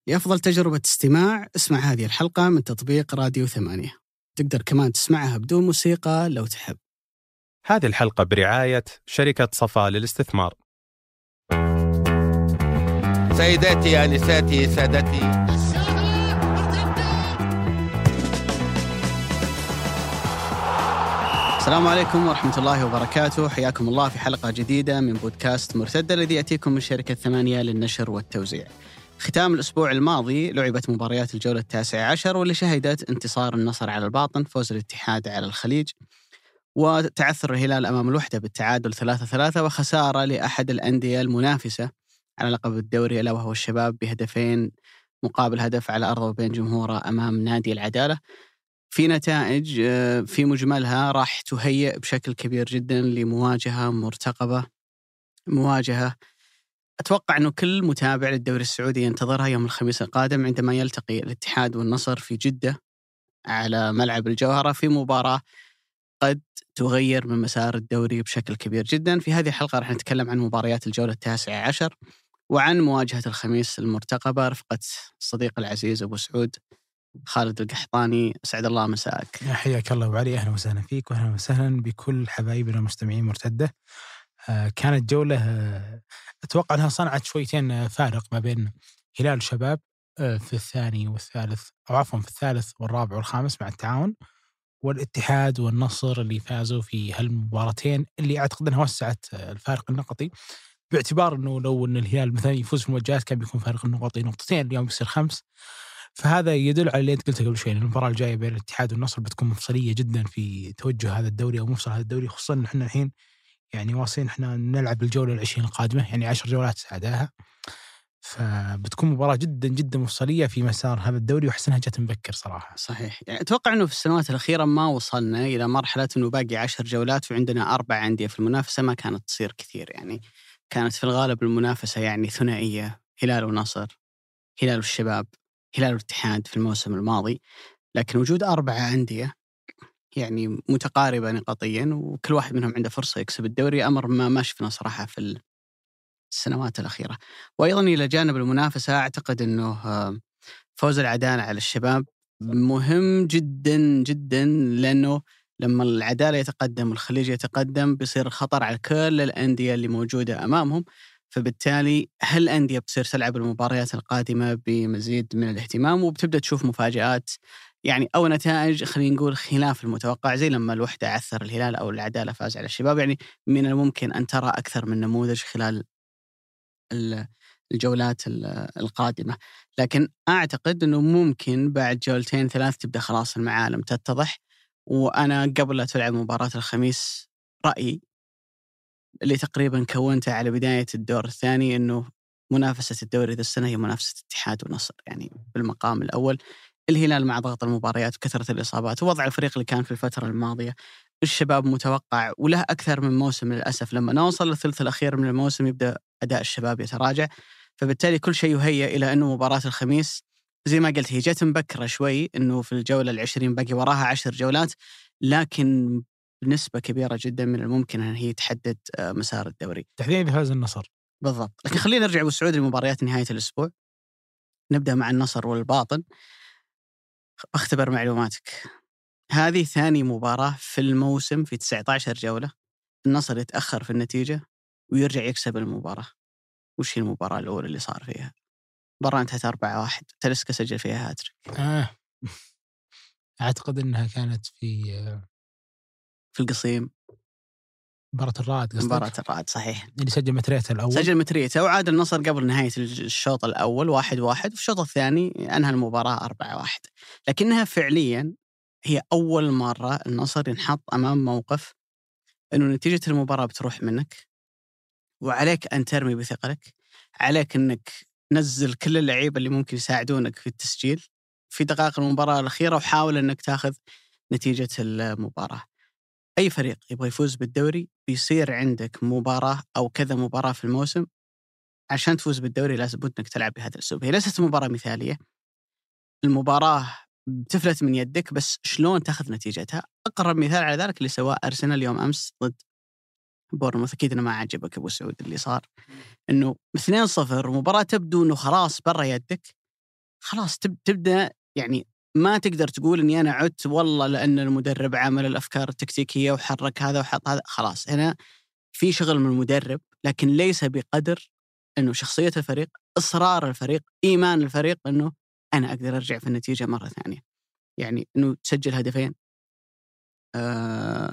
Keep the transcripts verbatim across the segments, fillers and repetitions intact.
لأفضل تجربة استماع اسمع هذه الحلقة من تطبيق راديو ثمانية. تقدر كمان تسمعها بدون موسيقى لو تحب. هذه الحلقة برعاية شركة صفا للاستثمار. سيداتي أنساتي سادتي، السلام عليكم ورحمة الله وبركاته. حياكم الله في حلقة جديدة من بودكاست مرتدة الذي يأتيكم من شركة ثمانية للنشر والتوزيع. ختام الأسبوع الماضي لعبت مباريات الجولة التاسعة عشر واللي شهدت انتصار النصر على الباطن، فوز الاتحاد على الخليج، وتعثر الهلال أمام الوحدة بالتعادل ثلاثة ثلاثة، وخسارة لأحد الأندية المنافسة على لقب الدوري ألا وهو الشباب بهدفين مقابل هدف على أرضه وبين جمهوره أمام نادي العدالة. في نتائج في مجملها راح تهيئ بشكل كبير جدا لمواجهة مرتقبة، مواجهة أتوقع أنه كل متابع للدوري السعودي ينتظرها يوم الخميس القادم عندما يلتقي الاتحاد والنصر في جدة على ملعب الجوهرة في مباراة قد تغير من مسار الدوري بشكل كبير جدا. في هذه الحلقة راح نتكلم عن مباريات الجولة التاسعة عشر وعن مواجهة الخميس المرتقبة رفقة الصديق العزيز أبو سعود خالد القحطاني. أسعد الله مساءك. حياك الله وعلي، أهلا وسهلا فيك وأهلا وسهلا بكل حبايبنا المستمعين مرتدة. آه كانت جولة آه أتوقع أنها صنعت شويتين فارق ما بين هلال الشباب آه في الثاني والثالث، أو عفوا في الثالث والرابع والخامس مع التعاون، والاتحاد والنصر اللي فازوا في هالمباراتين اللي أعتقد أنها وسعت الفارق النقطي، باعتبار أنه لو أن الهلال مثلا يفوز في المواجهات كان بيكون فارق النقطي نقطتين، اليوم بيصير خمس. فهذا يدل على اللي أنت قلته قبل شوي، المباراة الجاية بين الاتحاد والنصر بتكون مفصلية جدا في توجه هذا الدوري أو مفصل هذا الدوري، خصوصا إن إحنا الحين يعني واصلين إحنا نلعب الجولة العشرين القادمة، يعني عشر جولات سعداها، فبتكون مباراة جدا جدا مفصلية في مسار هذا الدوري، وحسنها جت مبكر صراحة. صحيح، يعني أتوقع أنه في السنوات الأخيرة ما وصلنا إلى مرحلة أنه باقي عشر جولات وعندنا أربع أندية في المنافسة، ما كانت تصير كثير. يعني كانت في الغالب المنافسة يعني ثنائية، هلال ونصر، هلال والشباب، هلال والاتحاد في الموسم الماضي. لكن وجود أربعة أندية يعني متقاربة نقطيا وكل واحد منهم عنده فرصة يكسب الدوري، أمر ما ما شفنا صراحة في السنوات الأخيرة. وأيضا إلى جانب المنافسة أعتقد أنه فوز العدالة على الشباب مهم جدا جدا، لأنه لما العدالة يتقدم والخليج يتقدم بيصير خطر على كل الأندية اللي موجودة أمامهم، فبالتالي هل الأندية بتصير تلعب المباريات القادمة بمزيد من الاهتمام وبتبدأ تشوف مفاجآت يعني أو نتائج خلينا نقول خلاف المتوقع، زي لما الوحدة عثر الهلال أو العدالة فاز على الشباب. يعني من الممكن أن ترى أكثر من نموذج خلال الجولات القادمة. لكن أعتقد أنه ممكن بعد جولتين ثلاث تبدأ خلاص المعالم تتضح. وأنا قبل لا تلعب مباراة الخميس رأيي اللي تقريبا كونته على بداية الدور الثاني أنه منافسة الدوري ذا السنة هي منافسة الاتحاد والنصر، يعني بالمقام الأول. الهلال مع ضغط المباريات وكثرة الإصابات ووضع الفريق اللي كان في الفترة الماضية، الشباب متوقع وله أكثر من موسم للأسف، لما نوصل للثلث الأخير من الموسم يبدأ أداء الشباب يتراجع، فبالتالي كل شيء يهيئ إلى أنه مباراة الخميس زي ما قلت هي جت مبكرة شوي، أنه في الجولة العشرين باقي وراها عشر جولات، لكن بنسبة كبيرة جدا من الممكن أن هي تحدد مسار الدوري تحديدا بفوز النصر. بالضبط. لكن خلينا نرجع أبو سعود لمباريات نهاية الأسبوع. نبدأ مع النصر والباطن. أختبر معلوماتك، هذه ثاني مباراة في الموسم في تسعة عشر جولة النصر يتأخر في النتيجة ويرجع يكسب المباراة. وش هي المباراة الأولى اللي صار فيها؟ مباراة انتهت أربعة واحد، تلسكا سجل فيها هاتريك. آه. أعتقد أنها كانت في في القصيم، مباراة الرائد. مباراة الرائد صحيح، اللي سجل متريته الأول، سجل متريته وعاد النصر قبل نهاية الشوط الأول واحد واحد، في الشوط الثاني أنهى المباراة أربعة واحد. لكنها فعليا هي أول مرة النصر ينحط أمام موقف أنه نتيجة المباراة بتروح منك وعليك أن ترمي بثقلك، عليك أنك نزل كل اللعيبة اللي ممكن يساعدونك في التسجيل في دقائق المباراة الأخيرة وحاول أنك تأخذ نتيجة المباراة. أي فريق يبغى يفوز بالدوري بيصير عندك مباراة أو كذا مباراة في الموسم عشان تفوز بالدوري لازم أنك تلعب بهذا الأسلوب. هي ليست مباراة مثالية، المباراة بتفلت من يدك، بس شلون تأخذ نتيجتها. أقرب مثال على ذلك اللي سواه أرسنال اليوم أمس ضد بورنموث. أكيد أنا ما عجبك أبو سعود اللي صار، إنه اثنين صفر مباراة تبدو إنه خلاص برا يدك، خلاص تب تبدأ يعني ما تقدر تقول إني أنا عدت والله لأن المدرب عمل الأفكار التكتيكية وحرك هذا وحط هذا. خلاص هنا في شغل من المدرب، لكن ليس بقدر إنه شخصية الفريق، إصرار الفريق، إيمان الفريق إنه أنا أقدر أرجع في النتيجة مرة ثانية. يعني إنه تسجل هدفين آه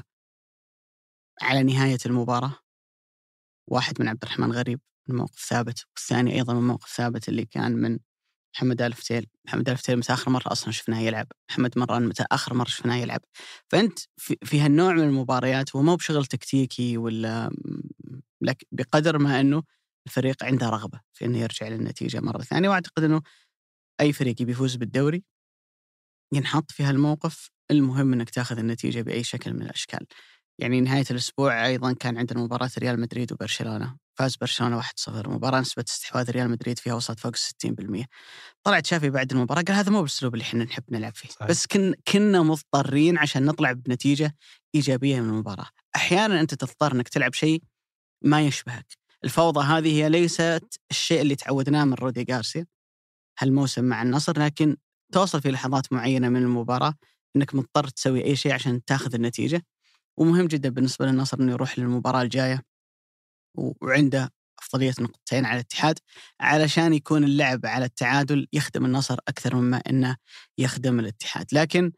على نهاية المباراة، واحد من عبد الرحمن غريب من موقف ثابت، والثاني أيضا من موقف ثابت اللي كان من محمد آل فتيل. محمد آل فتيل متى آخر مرة أصلا شفناه يلعب؟ محمد مران متى آخر مرة شفناه يلعب؟ فأنت في, في هالنوع من المباريات هو مو بشغل تكتيكي ولا لك، بقدر ما أنه الفريق عنده رغبة في أنه يرجع للنتيجة مرة ثانية. وأعتقد أنه أي فريق بيفوز بالدوري ينحط في هالموقف، المهم أنك تأخذ النتيجة بأي شكل من الأشكال. يعني نهاية الأسبوع أيضا كان عندنا مباراة ريال مدريد وبرشلونة، فاز برشلونة واحد صفر، مباراة نسبة استحواذ ريال مدريد فيها وصلت فوق ستين بالمئة. طلعت شافي بعد المباراة قال هذا مو بالأسلوب اللي احنا نحب نلعب فيه. صحيح. بس كن كنا مضطرين عشان نطلع بنتيجة إيجابية من المباراة. أحيانا أنت تضطر أنك تلعب شيء ما يشبهك. الفوضى هذه هي ليست الشيء اللي تعودناه من رودي غارسيا هالموسم مع النصر، لكن توصل في لحظات معينة من المباراة أنك مضطر تسوي أي شيء عشان تأخذ النتيجة. ومهم جدا بالنسبة للنصر أنه يروح للمباراة الجاية وعنده أفضلية نقطتين على الاتحاد علشان يكون اللعب على التعادل يخدم النصر أكثر مما أنه يخدم الاتحاد. لكن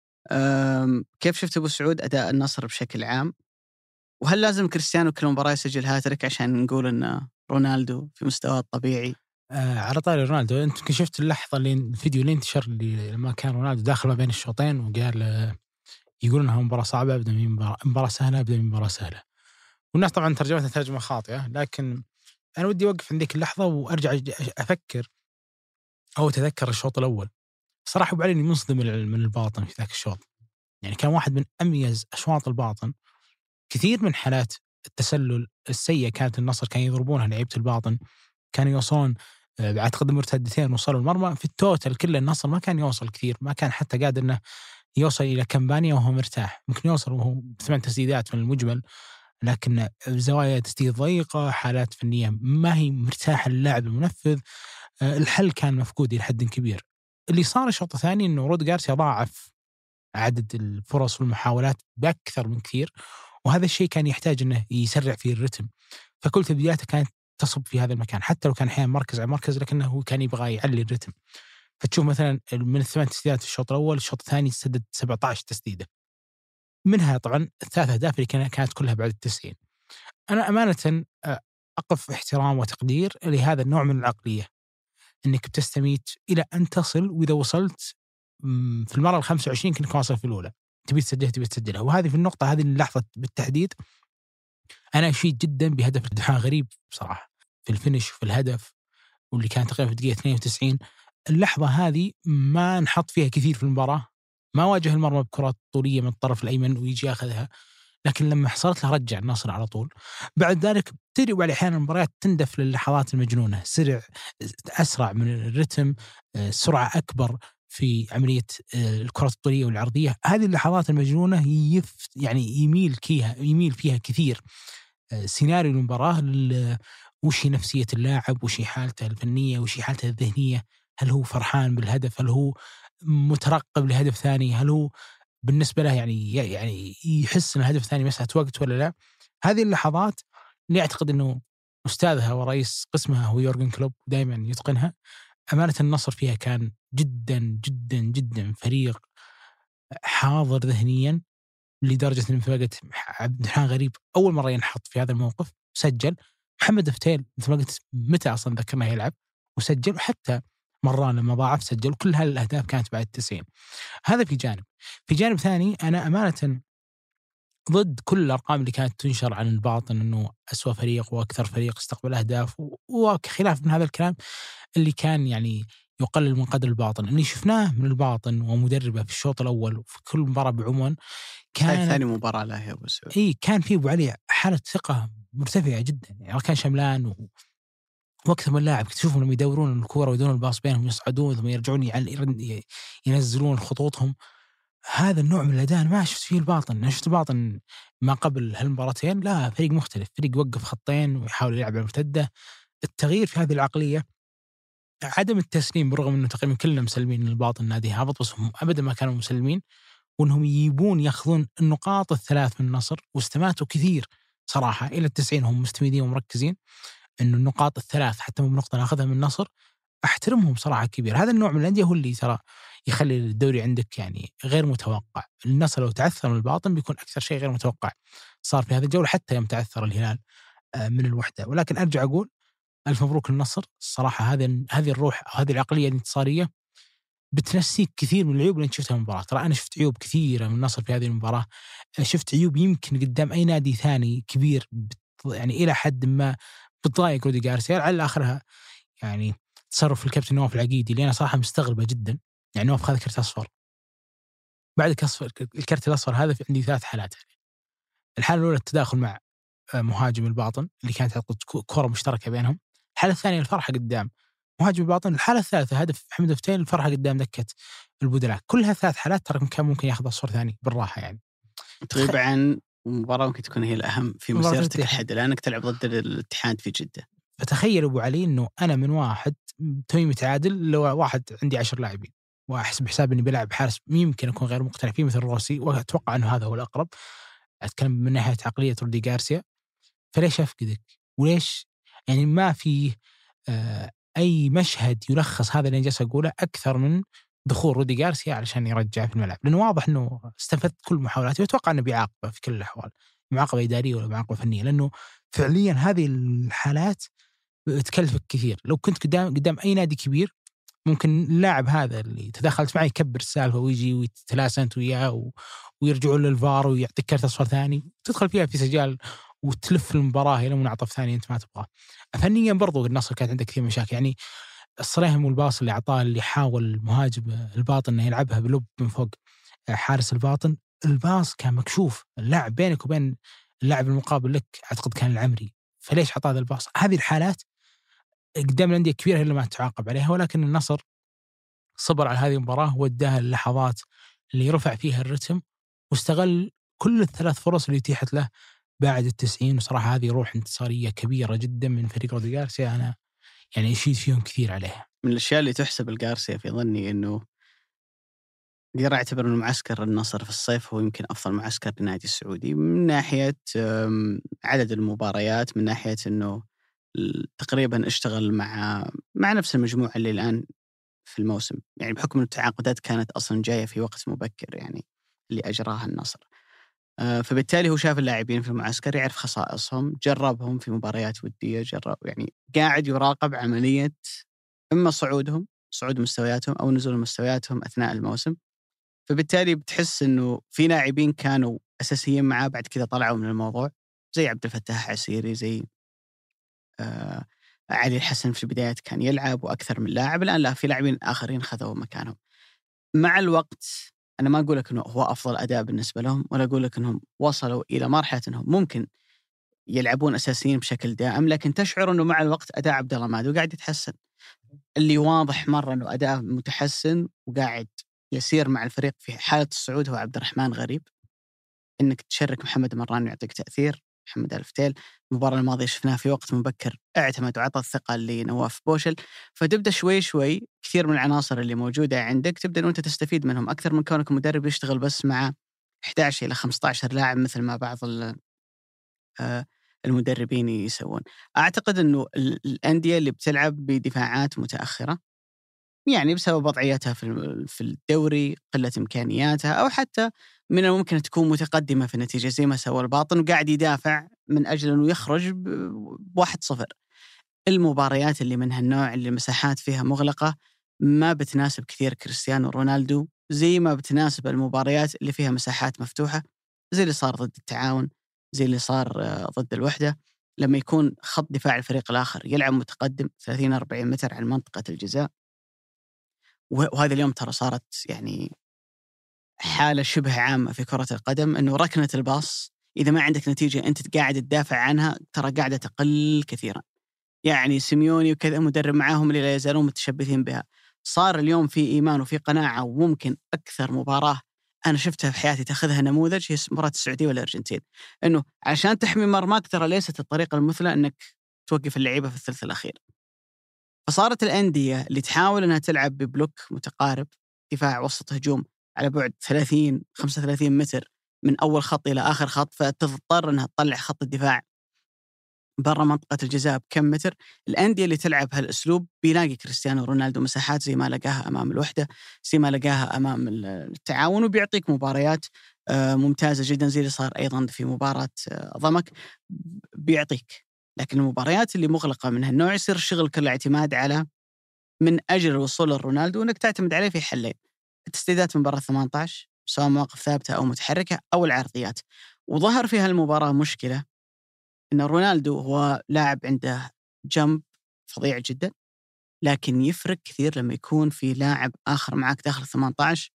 كيف شفت أبو سعود أداء النصر بشكل عام؟ وهل لازم كريستيانو كل مباراة يسجل هاتريك عشان نقول أن رونالدو في مستواه الطبيعي؟ آه على طاري رونالدو، أنت شفت اللحظة اللي الفيديو اللي انتشر اللي لما كان رونالدو داخل ما بين الشوطين وقال آه يقول انها مباراة صعبة ابدا من مباراة, مباراة سهلة ابدا من مباراة سهلة، والناس طبعا ترجمتها ترجمة خاطئة. لكن انا ودي اوقف عند ذيك اللحظة وارجع افكر او اتذكر الشوط الاول. صراحة ابو علي منصدم من الباطن في ذاك الشوط، يعني كان واحد من اميز اشواط الباطن. كثير من حالات التسلل السيئة كانت النصر كان يضربونها لعيبة الباطن، كانوا يوصلون اعتقد مرتدتين وصلوا المرمى. في التوتال كله النصر ما كان يوصل كثير، ما كان حتى قادر انه يوصل إلى كمبانيا وهو مرتاح. ممكن يوصل وهو ثمان تسديدات من المجمل، لكن زوايا تسديد ضيقة، حالات فنية ما هي مرتاحة للاعب المنفذ. الحل كان مفقود إلى حد كبير. اللي صار الشوط الثاني إنه رود غارسيا ضاعف عدد الفرص والمحاولات بأكثر من كثير، وهذا الشيء كان يحتاج إنه يسرع فيه الرتم. فكل تبديلاته كانت تصب في هذا المكان، حتى لو كان أحيانا مركز على مركز، لكنه كان يبغى يعلي الرتم. فتشوف مثلا من الثمان تسديدات في الشوط الأول، الشوط الثاني سدد سبعة عشر تسديدة، منها طبعا الثلاث أهداف اللي كانت كلها بعد التسعين. أنا أمانة أقف احترام وتقدير لهذا النوع من العقلية، أنك بتستميت إلى أن تصل، وإذا وصلت في المرة الخمسة وعشرين كنت واصل في الأولى، تبي تسجلها تبي تسجلها. وهذه في النقطة هذه اللحظة بالتحديد أنا أشيد جدا بهدف عبد الرحمن غريب بصراحة في الفينش وفي الهدف، واللي كان تقريبا في الدقيقة اثنين وتسعين. اللحظة هذه ما نحط فيها كثير في المباراة، ما واجه المرمى بكرات طولية من الطرف الأيمن ويجي ياخذها، لكن لما حصلت له رجع النصر على طول. بعد ذلك تدري بعد أحيانا المباريات تندف للحظات المجنونة، سرع أسرع من الرتم، سرعة أكبر في عملية الكرات الطولية والعرضية. هذه اللحظات المجنونة يف يعني يميل فيها يميل فيها كثير سيناريو المباراة، وش نفسية اللاعب، وش حالته الفنية، وش حالته الذهنية، هل هو فرحان بالهدف، هل هو مترقب لهدف ثاني، هل هو بالنسبة له يعني يعني يحس أن الهدف الثاني مسألة وقت ولا لا. هذه اللحظات اللي أعتقد أنه أستاذها ورئيس قسمها هو يورجن كلوب دائما يتقنها. أمانة النصر فيها كان جدا جدا جدا فريق حاضر ذهنيا، لدرجة أن فقط عبد الرحمن غريب أول مرة ينحط في هذا الموقف سجل، محمد فتيل مثل ما قلت متى أصلا ذكرنا يلعب وسجل، وحتى مران لما ضاعف سجل. كل هذه الأهداف كانت بعد التسعين. هذا في جانب. في جانب ثاني أنا أمانة ضد كل الأرقام اللي كانت تنشر عن الباطن أنه أسوأ فريق وأكثر فريق استقبل أهداف، وخلاف من هذا الكلام اللي كان يعني يقلل من قدر الباطن. اللي شفناه من الباطن ومدربه في الشوط الأول وفي كل مباراة بعموم كان ثاني مباراة له يا أبو سعود. إيه كان فيه أبو علي حالة ثقة مرتفعة جدا، يعني كان شملان و... وقت ما اللاعب تشوفهم لما يدورون الكرة ويدورون الباص بينهم يصعدون ثم يرجعون يعل... ينزلون خطوطهم. هذا النوع من الأداء ما شفت فيه الباطن. أنا شفت الباطن ما قبل هالمباراتين لا، فريق مختلف، فريق يوقف خطين ويحاول يلعب المرتدة. التغيير في هذه العقلية عدم التسليم برغم أنه تقريبا كلنا مسلمين الباطن النادي هابط، بس هم أبدا ما كانوا مسلمين، وأنهم يجيبون يأخذون النقاط الثلاث من النصر، واستماتوا كثير صراحة إلى التسعين هم مستميدين ومركزين أنه النقاط الثلاث حتى مو بنقطة ناخذها من النصر. أحترمهم صراحة كبير. هذا النوع من الأندية هو اللي ترى يخلي الدوري عندك يعني غير متوقع. النصر لو تعثر من الباطن بيكون أكثر شيء غير متوقع صار في هذا الجولة، حتى يوم تعثر الهلال من الوحدة. ولكن أرجع أقول ألف مبروك للنصر الصراحة. هذه هذه الروح أو هذه العقلية الانتصارية بتنسيك كثير من العيوب اللي أنت شفتها في المباراة. ترى أنا شفت عيوب كثيرة من النصر في هذه المباراة، شفت عيوب يمكن قدام أي نادي ثاني كبير يعني إلى حد ما بتضايق رودي غارسيا. على آخرها يعني تصرف الكابتن نواف العقيدي اللي أنا صراحة مستغربة جدا. يعني نواف خذ كرت أصفر، بعد الكرت الأصفر هذا في عندي ثلاث حالات. الحالة الأولى التداخل مع مهاجم الباطن اللي كانت تعطي كرة مشتركة بينهم، الحالة الثانية الفرحة قدام مهاجم الباطن، الحالة الثالثة هدف حمد فتيل الفرحة قدام دكة البدلاء. كلها ثلاث حالات ترى كان ممكن ياخذ أصفر ثاني بالراحة. يعني طبعا المباراة ممكن تكون هي الأهم في مسيرتك لحد الآن، تلعب ضد الاتحاد في جدة. فتخيل أبو علي إنه أنا من واحد توي متعادل لو واحد عندي عشر لاعبين وأحسب حساب إني بلعب حارس يمكن أكون غير مقتنع فيه مثل روسي، وأتوقع إنه هذا هو الأقرب. أتكلم من ناحية عقلية رودي غارسيا. فليش أفقدك؟ وليش يعني ما في آه أي مشهد يلخص هذا اللي جالس أقوله أكثر من دخول رودي غارسيا علشان يرجع في الملعب؟ لأنه واضح إنه استنفذت كل محاولاته، وأتوقع إنه بيعاقبه في كل الأحوال، معاقبة إدارية ولا معاقبة فنية، لأنه فعليا هذه الحالات تكلفك كثير. لو كنت قدام قدام أي نادي كبير ممكن اللاعب هذا اللي تدخلت معي يكبر السالفة ويجي ويتلاسى أنت وياه ويرجعون للفار ويعطيك كرت أصفر ثاني، تدخل فيها في سجال وتلف المباراة إلى منعطف ثاني أنت ما تبغاه. فنيا برضو النصر كانت عندك كثير مشاكل. يعني الصلاهم والباص اللي أعطاه اللي حاول المهاجم الباطن إنه يلعبها بلب من فوق حارس الباطن، الباص كان مكشوف، اللاعب بينك وبين اللاعب المقابل لك أعتقد كان العمري، فليش عطاه هذا الباص؟ هذه الحالات قدام الأندية الكبيرة هي اللي ما تعاقب عليها. ولكن النصر صبر على هذه المباراة واداها اللحظات اللي رفع فيها الرتم واستغل كل الثلاث فرص اللي اتيحت له بعد التسعين. وصراحة هذه روح انتصارية كبيرة جدا من فريق رودي غارسيا، أنا يعني أشيد فيهم كثير عليها. من الأشياء اللي تحسب الغارسيا في ظني أنه أقدر أعتبر أنه معسكر النصر في الصيف هو يمكن أفضل معسكر للنادي السعودي من ناحية عدد المباريات، من ناحية أنه تقريبا اشتغل مع مع نفس المجموعة اللي الآن في الموسم، يعني بحكم أن التعاقدات كانت أصلا جاية في وقت مبكر يعني اللي أجراها النصر. فبالتالي هو شاف اللاعبين في المعسكر، يعرف خصائصهم، جربهم في مباريات ودية، جرب يعني قاعد يراقب عملية إما صعودهم صعود مستوياتهم أو نزول مستوياتهم أثناء الموسم. فبالتالي بتحس أنه في لاعبين كانوا أساسيين معاه بعد كذا طلعوا من الموضوع، زي عبد الفتاح عسيري، زي آه علي الحسن في البدايات كان يلعب وأكثر من لاعب، الآن لا، في لاعبين آخرين خذوا مكانهم. مع الوقت أنا ما أقول لك أنه هو أفضل أداء بالنسبة لهم، ولا أقول لك أنهم وصلوا إلى مرحلة أنهم ممكن يلعبون أساسيين بشكل دائم، لكن تشعر أنه مع الوقت أداء عبد الله مادو قاعد يتحسن. اللي واضح مرة أنه أداء متحسن وقاعد يسير مع الفريق في حالة الصعود هو عبد الرحمن غريب. إنك تشارك محمد مران يعطيك تأثير. محمد الفتيل المباراة الماضية شفناها في وقت مبكر اعتمد وعطى الثقة لنواف بوشل، فتبدأ شوي شوي كثير من العناصر اللي موجودة عندك تبدأ أن أنت تستفيد منهم أكثر من كونك مدرب يشتغل بس مع إحدى عشر إلى خمسة عشر لاعب مثل ما بعض المدربين يسوون. أعتقد أنه الأندية اللي بتلعب بدفاعات متأخرة يعني بسبب وضعيتها في الدوري، قلة إمكانياتها، أو حتى من الممكن تكون متقدمة في النتيجة زي ما سوى الباطن وقاعد يدافع من أجل أنه يخرج بواحد صفر. المباريات اللي من هالنوع اللي مساحات فيها مغلقة ما بتناسب كثير كريستيانو رونالدو زي ما بتناسب المباريات اللي فيها مساحات مفتوحة، زي اللي صار ضد التعاون، زي اللي صار ضد الوحدة، لما يكون خط دفاع الفريق الآخر يلعب متقدم ثلاثين أربعين متر عن منطقة الجزاء. وهذا اليوم ترى صارت يعني حالة شبه عامة في كرة القدم، أنه ركنة الباص إذا ما عندك نتيجة أنت قاعد تدافع عنها ترى قاعدة تقل كثيرا. يعني سيميوني وكذا مدرب معاهم اللي لا يزالون متشبثين بها. صار اليوم في إيمان وفي قناعة، وممكن أكثر مباراة أنا شفتها في حياتي تأخذها نموذج هي مباراة السعودية والأرجنتين، أنه عشان تحمي مرماك ترى ليست الطريقة المثلى أنك توقف اللعيبة في الثلث الأخير. فصارت الأندية اللي تحاول أنها تلعب ببلوك متقارب، دفاع وسط هجوم على بعد ثلاثين خمسة وثلاثين متر من أول خط إلى آخر خط، فتضطر أنها تطلع خط الدفاع برا منطقة الجزاء بكم متر. الأندية اللي تلعب هالأسلوب بيلاقي كريستيانو رونالدو مساحات زي ما لقاها أمام الوحدة، زي ما لقاها أمام التعاون، وبيعطيك مباريات ممتازة جدا زي اللي صار أيضا في مباراة ضمك بيعطيك. لكن المباريات اللي مغلقة من هالنوع يصير الشغل كله اعتماد على من أجل الوصول لرونالدو أنك تعتمد عليه في حلين: التسديدات من برا ثمانية عشر سواء مواقف ثابتة أو متحركة، أو العرضيات. وظهر في هالمباراة مشكلة إن رونالدو هو لاعب عنده جنب فظيع جدا، لكن يفرق كثير لما يكون في لاعب آخر معك داخل ثمانية عشر،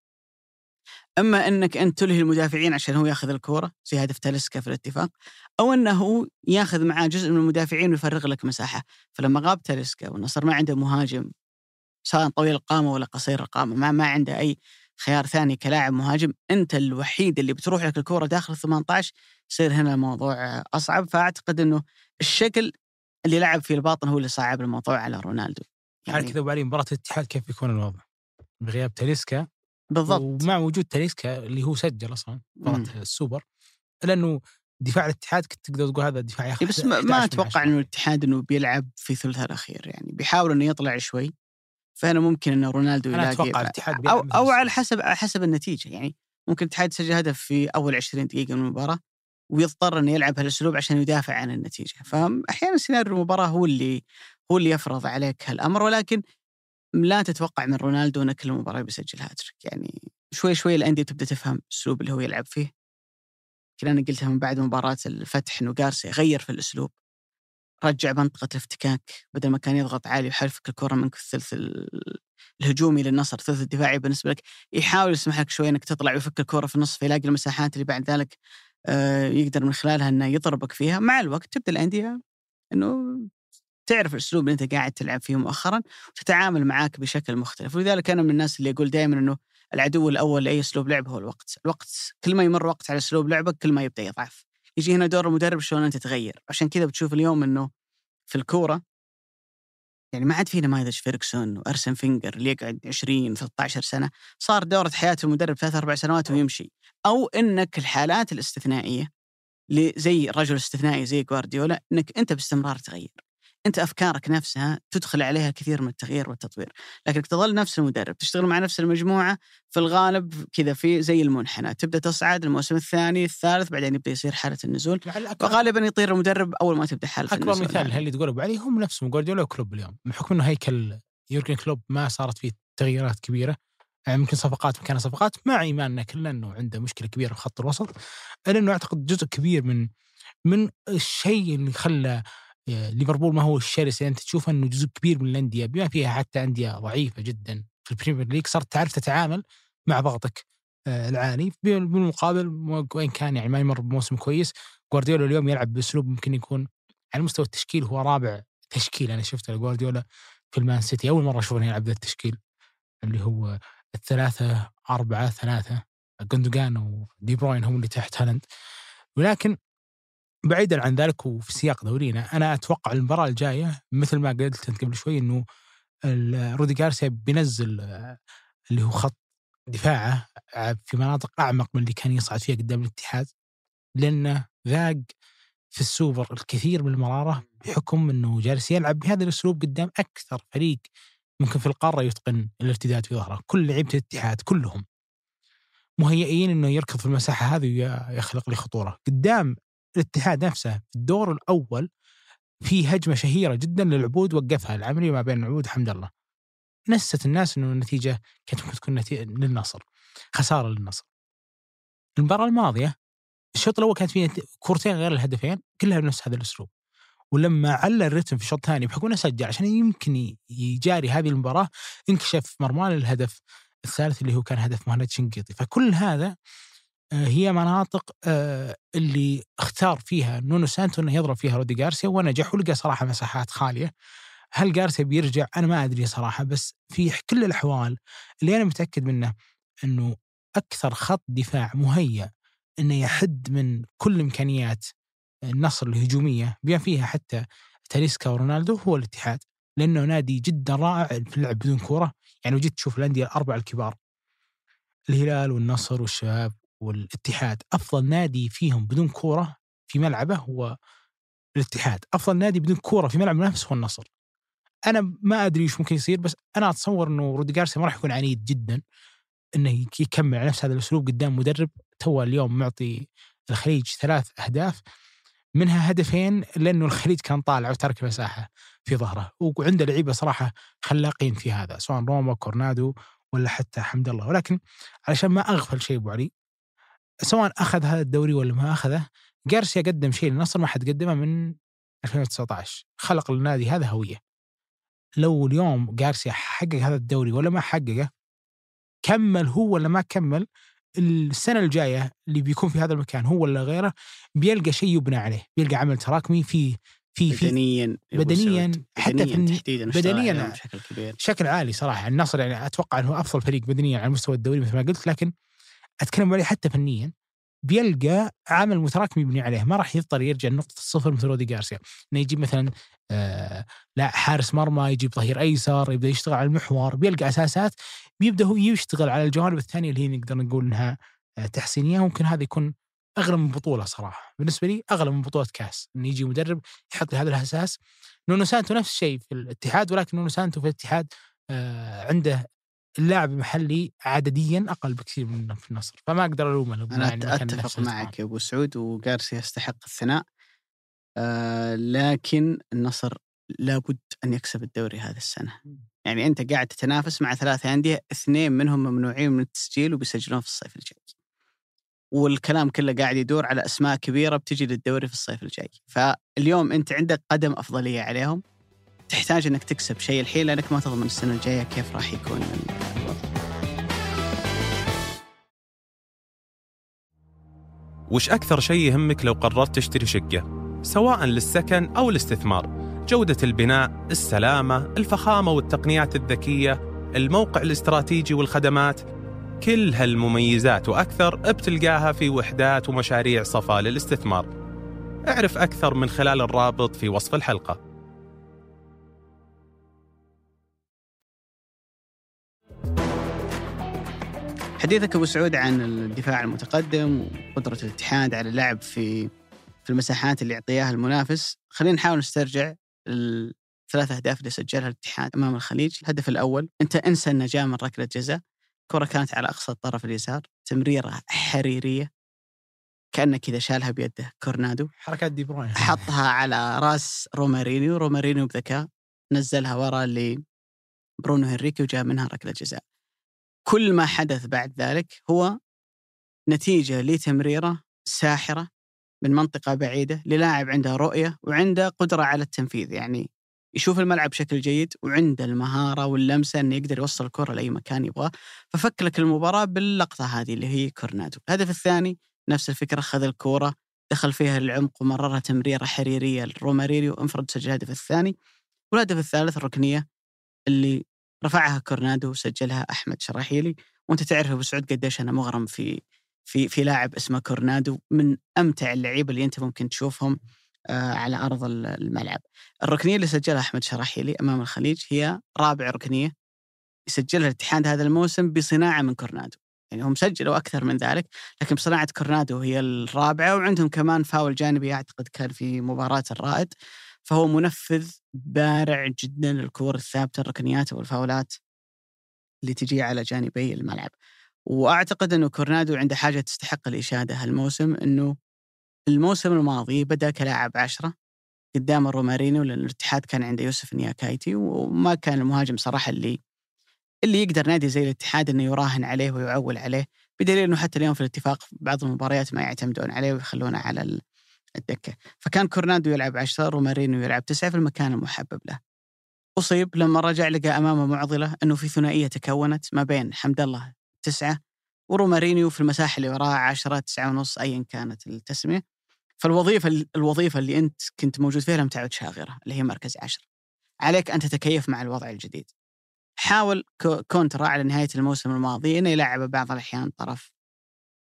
أما أنك أنت تلهي المدافعين عشان هو يأخذ الكرة زي هدف تاليسكا في الاتفاق، أو أنه يأخذ معاه جزء من المدافعين ويفرغ لك مساحة. فلما غاب تاليسكا والنصر ما عنده مهاجم سواء طويل القامة ولا قصير القامة، ما ما عنده أي خيار ثاني كلاعب مهاجم، أنت الوحيد اللي بتروح لك الكرة داخل ثمانية عشر، يصير هنا الموضوع أصعب. فأعتقد أنه الشكل اللي لعب فيه الباطن هو اللي صعب الموضوع على رونالدو. يعني كذا وبعدين مباراة الاتحاد كيف بيكون الوضع بغياب تاليسكا؟ بالضبط، ومع وجود تاليسكا اللي هو سجل أصلا مباراة السوبر، لأنه دفاع الاتحاد كنت تقدر تقول هذا الدفاع ياخذ. بس ما, ما أتوقع إنه الاتحاد إنه بيلعب في ثلث الأخير، يعني بيحاول إنه يطلع شوي، فأنا ممكن إنه رونالدو يلاقي أو أو على حسب على حسب النتيجة. يعني ممكن الاتحاد يسجل هدف في أول عشرين دقيقة من المباراة ويضطر إنه يلعب هالأسلوب عشان يدافع عن النتيجة. فأحيانا سيناريو المباراة هو اللي هو اللي يفرض عليك هالأمر، ولكن لا تتوقع من رونالدو أن كل مباراة بيسجل هاتريك. يعني شوي شوي الأندية تبدأ تفهم الأسلوب اللي هو يلعب فيه. كنا أنا قلتها من بعد مباراة الفتح إنه غارسيا غير في الأسلوب، رجع منطقة الافتكاك، بدل ما كان يضغط عالي ويحرفك الكرة منك في الثلث الهجومي للنصر، الثلث الدفاعي بالنسبة لك يحاول يسمح لك شوي إنك تطلع ويفك الكرة في النص، فيلاقي المساحات اللي بعد ذلك يقدر من خلالها إنه يضربك فيها. مع الوقت تبدأ الأندية إنه تعرف الأسلوب اللي أنت قاعد تلعب فيه مؤخرا وتتعامل معاك بشكل مختلف. ولذلك أنا من الناس اللي يقول دائما إنه العدو الأول لأي أسلوب لعب هو الوقت. الوقت كل ما يمر وقت على أسلوب لعبك كل ما يبدأ يضعف. يجي هنا دور المدرب شلون أنت تغير. عشان كذا بتشوف اليوم إنه في الكورة يعني ما عاد في نماذج فيرغسون وأرسن فينجر اللي يقعد عشرين ثلاثة عشر سنة، صار دورة حياة المدرب ثلاث أربع سنوات ويمشي. أو إنك الحالات الاستثنائية زي رجل استثنائي زي غوارديولا، إنك أنت باستمرار تغير، أنت أفكارك نفسها تدخل عليها كثير من التغيير والتطوير، لكنك تظل نفس المدرب، تشتغل مع نفس المجموعة في الغالب كذا في زي المنحنى، تبدأ تصعد الموسم الثاني الثالث بعدين يبدأ يصير حالة النزول، وغالبا يطير المدرب أول ما تبدأ حالة أكبر النزول. أكبر مثال اللي تقول أبو علي هم نفسهم غوارديولا وكلوب اليوم، بحكم إنه هيكل يورجن كلوب ما صارت فيه تغييرات كبيرة، يعني ممكن صفقات مكان صفقات، مع إيماننا كلنا إنه عنده مشكلة كبيرة في خط الوسط، لأنه أعتقد جزء كبير من من الشيء اللي خلى ليفربول ما هو الشرس اللي أنت تشوفه، إنه جزء كبير من الأندية بما فيها حتى أندية ضعيفة جدا في البريمير ليج صارت تعرف تتعامل مع ضغطك العالي. بالمقابل وإن كان يعني ما يمر بموسم كويس، غوارديولا اليوم يلعب بأسلوب ممكن يكون على مستوى التشكيل هو رابع تشكيل أنا شفته لغوارديولا في المان سيتي. أول مرة أشوفه يلعب ذا التشكيل اللي هو الثلاثة أربعة ثلاثة، غوندوغان ودي بروين هم اللي تحت هالاند. ولكن بعيدا عن ذلك وفي سياق دورينا، أنا أتوقع المباراة الجاية مثل ما قلت أنت قبل شوي إنه رودي غارسيا بينزل اللي هو خط دفاعه في مناطق أعمق من اللي كان يصعد فيها قدام الاتحاد، لأنه ذاق في السوبر الكثير من المرارة بحكم أنه جالس يلعب بهذا الأسلوب قدام أكثر فريق ممكن في القارة يتقن الارتداد في ظهره. كل لعيبة الاتحاد كلهم مهيئين أنه يركض في المساحة هذه ويخلق لي خطورة قدام الاتحاد نفسه. في الدور الأول في هجمة شهيرة جدا للعبود وقفها العمري ما بين العبود حمد الله، نست الناس أنه النتيجة كانت ممكن تكون نتيجة للنصر، خسارة للنصر. المباراة الماضية الشوط الأول كانت فيه كورتين غير الهدفين كلها بنفس هذا الأسلوب، ولما علّى الرتم في الشوط الثاني بحكم أنه سجل عشان يمكن يجاري هذه المباراة انكشف مرمان الهدف الثالث اللي هو كان هدف مهند شنقيطي. فكل هذا هي مناطق اللي اختار فيها نونو سانتو أنه يضرب فيها رودي غارسيا ونجح ولقى صراحة مساحات خالية. هل غارسيا بيرجع؟ أنا ما أدري صراحة، بس في كل الأحوال اللي أنا متأكد منه أنه أكثر خط دفاع مهيأ أنه يحد من كل إمكانيات النصر الهجومية بما فيها حتى تاليسكا ورونالدو هو الاتحاد، لأنه نادي جدا رائع في اللعب بدون كورة. يعني وجدت تشوف الأندية الأربعة الكبار، الهلال والنصر والشباب والاتحاد، أفضل نادي فيهم بدون كورة في ملعبه هو الاتحاد، أفضل نادي بدون كورة في ملعب منافس هو النصر. أنا ما أدري إيش ممكن يصير، بس أنا أتصور إنه رودي غارسيا ما راح يكون عنيد جدا إنه يكمل على نفس هذا الأسلوب قدام مدرب تو اليوم معطي الخليج ثلاث أهداف، منها هدفين لأنه الخليج كان طالع وترك مساحة في ظهره، وعنده لعيبة صراحة خلاقين في هذا، سواء روما كورنادو ولا حتى حمد الله. ولكن علشان ما أغفل شيء أبو علي، سواء أخذ هذا الدوري ولا ما أخذه، غارسيا قدم شيء للنصر ما حد قدمه من ألفين وتسعة عشر، خلق للنادي هذا هوية. لو اليوم غارسيا حقق هذا الدوري ولا ما حققه، كمل هو ولا ما كمل، السنة الجاية اللي بيكون في هذا المكان هو ولا غيره بيلقى شيء يبنى عليه، بيلقى عمل تراكمي في في في بدنيا بدنيا حتى في تحديدا بدنيا بشكل كبير، بشكل عالي صراحة. النصر يعني أتوقع أنه أفضل فريق بدنيا على مستوى الدوري مثل ما قلت، لكن أتكلم عليه حتى فنيا بيلقى عمل متراكم يبني عليه، ما راح يضطر يرجع نقطة الصفر مثل رودي غارسيا إنه يجيب مثلا آه لا حارس مرمى، يجيب ظهير أيسر، يبدأ يشتغل على المحور، بيلقى أساسات، بيبدأ هو يشتغل على الجوانب الثانية اللي هي نقدر نقول إنها آه تحسينية. ممكن هذا يكون أغلى من بطولة صراحة، بالنسبة لي أغلى من بطولة كاس، إنه يجي مدرب يحط لي هذا الأساس. نونو سانتو نفس الشيء في الاتحاد، ولكن نونو سانتو في الاتحاد آه عنده اللاعب المحلي عدديا أقل بكثير من في النصر، فما أقدر ألومه. أنا يعني أتفق معك يا أبو سعود، وغارسيا يستحق الثناء، آه لكن النصر لابد أن يكسب الدوري هذه السنة. يعني أنت قاعد تتنافس مع ثلاثة أندية، اثنين منهم ممنوعين من التسجيل وبيسجلون في الصيف الجاي، والكلام كله قاعد يدور على أسماء كبيرة بتجي للدوري في الصيف الجاي. فاليوم أنت عندك قدم أفضلية عليهم، تحتاج أنك تكسب شيء الحين، لأنك ما تضمن السنة الجاية كيف راح يكون الوضع. وش أكثر شيء يهمك لو قررت تشتري شقة، سواء للسكن أو الاستثمار؟ جودة البناء، السلامة، الفخامة والتقنيات الذكية، الموقع الاستراتيجي والخدمات، كل هالمميزات وأكثر بتلقاها في وحدات ومشاريع صفا للاستثمار. اعرف أكثر من خلال الرابط في وصف الحلقة. حديثك أبو سعود عن الدفاع المتقدم وقدرة الاتحاد على اللعب في في المساحات اللي يعطيها المنافس، خلينا نحاول نسترجع الثلاث أهداف اللي سجلها الاتحاد أمام الخليج. الهدف الأول، أنت انسى النجاة من ركلة جزاء، كرة كانت على أقصى الطرف اليسار، تمريرة حريرية كأنه كذا شالها بيده كورنادو، حركات دي بروين، حطها على راس رومارينيو، رومارينيو بذكاء نزلها وراء لبرونو هنريكي وجاء منها ركلة جزاء. كل ما حدث بعد ذلك هو نتيجة لتمريرة ساحرة من منطقة بعيدة للاعب عنده رؤية وعنده قدرة على التنفيذ، يعني يشوف الملعب بشكل جيد وعنده المهارة واللمسة أنه يقدر يوصل الكرة لأي مكان يبغاه، ففك لك المباراة باللقطة هذه اللي هي كورنادو. الهدف الثاني نفس الفكرة، خذ الكرة دخل فيها العمق ومررها تمريرة حريرية لرومارينيو، انفرد سجل الهدف الثاني. والهدف الثالث الركنية اللي رفعها كورنادو وسجلها أحمد شراحيلي. وأنت تعرف أبو سعود قديش أنا مغرم في في في لاعب اسمه كورنادو، من أمتع اللعيبة اللي أنت ممكن تشوفهم آه على أرض الملعب. الركنية اللي سجلها أحمد شراحيلي أمام الخليج هي رابع ركنية يسجلها الاتحاد هذا الموسم بصناعة من كورنادو، يعني هم سجلوا أكثر من ذلك لكن بصناعة كورنادو هي الرابعة. وعندهم كمان فاول جانبي أعتقد كان في مباراة الرائد، فهو منفذ بارع جدا للكور الثابتة، الركنيات والفاولات اللي تجي على جانبي الملعب. وأعتقد أنه كورنادو عنده حاجة تستحق الإشادة هالموسم، أنه الموسم الماضي بدأ كلاعب عشرة قدام الرومارينيو، لأن الاتحاد كان عنده يوسف نياكايتي وما كان المهاجم صراحة اللي اللي يقدر نادي زي الاتحاد أنه يراهن عليه ويعول عليه، بدليل أنه حتى اليوم في الاتفاق بعض المباريات ما يعتمدون عليه ويخلونه على الدكة. فكان كورنادو يلعب عشرة، رومارينيو يلعب تسعة في المكان المحبب له. أصيب لما رجع لقى أمامه معضلة أنه في ثنائية تكونت ما بين حمد الله تسعة ورومارينيو في المساحة اللي وراها عشرة تسعة ونص أيا كانت التسمية. فالوظيفة الوظيفة اللي أنت كنت موجود فيها لم تعد شاغرة، اللي هي مركز عشرة. عليك أن تتكيف مع الوضع الجديد. حاول كونترا على نهاية الموسم الماضي أنه يلعب بعض الأحيان طرف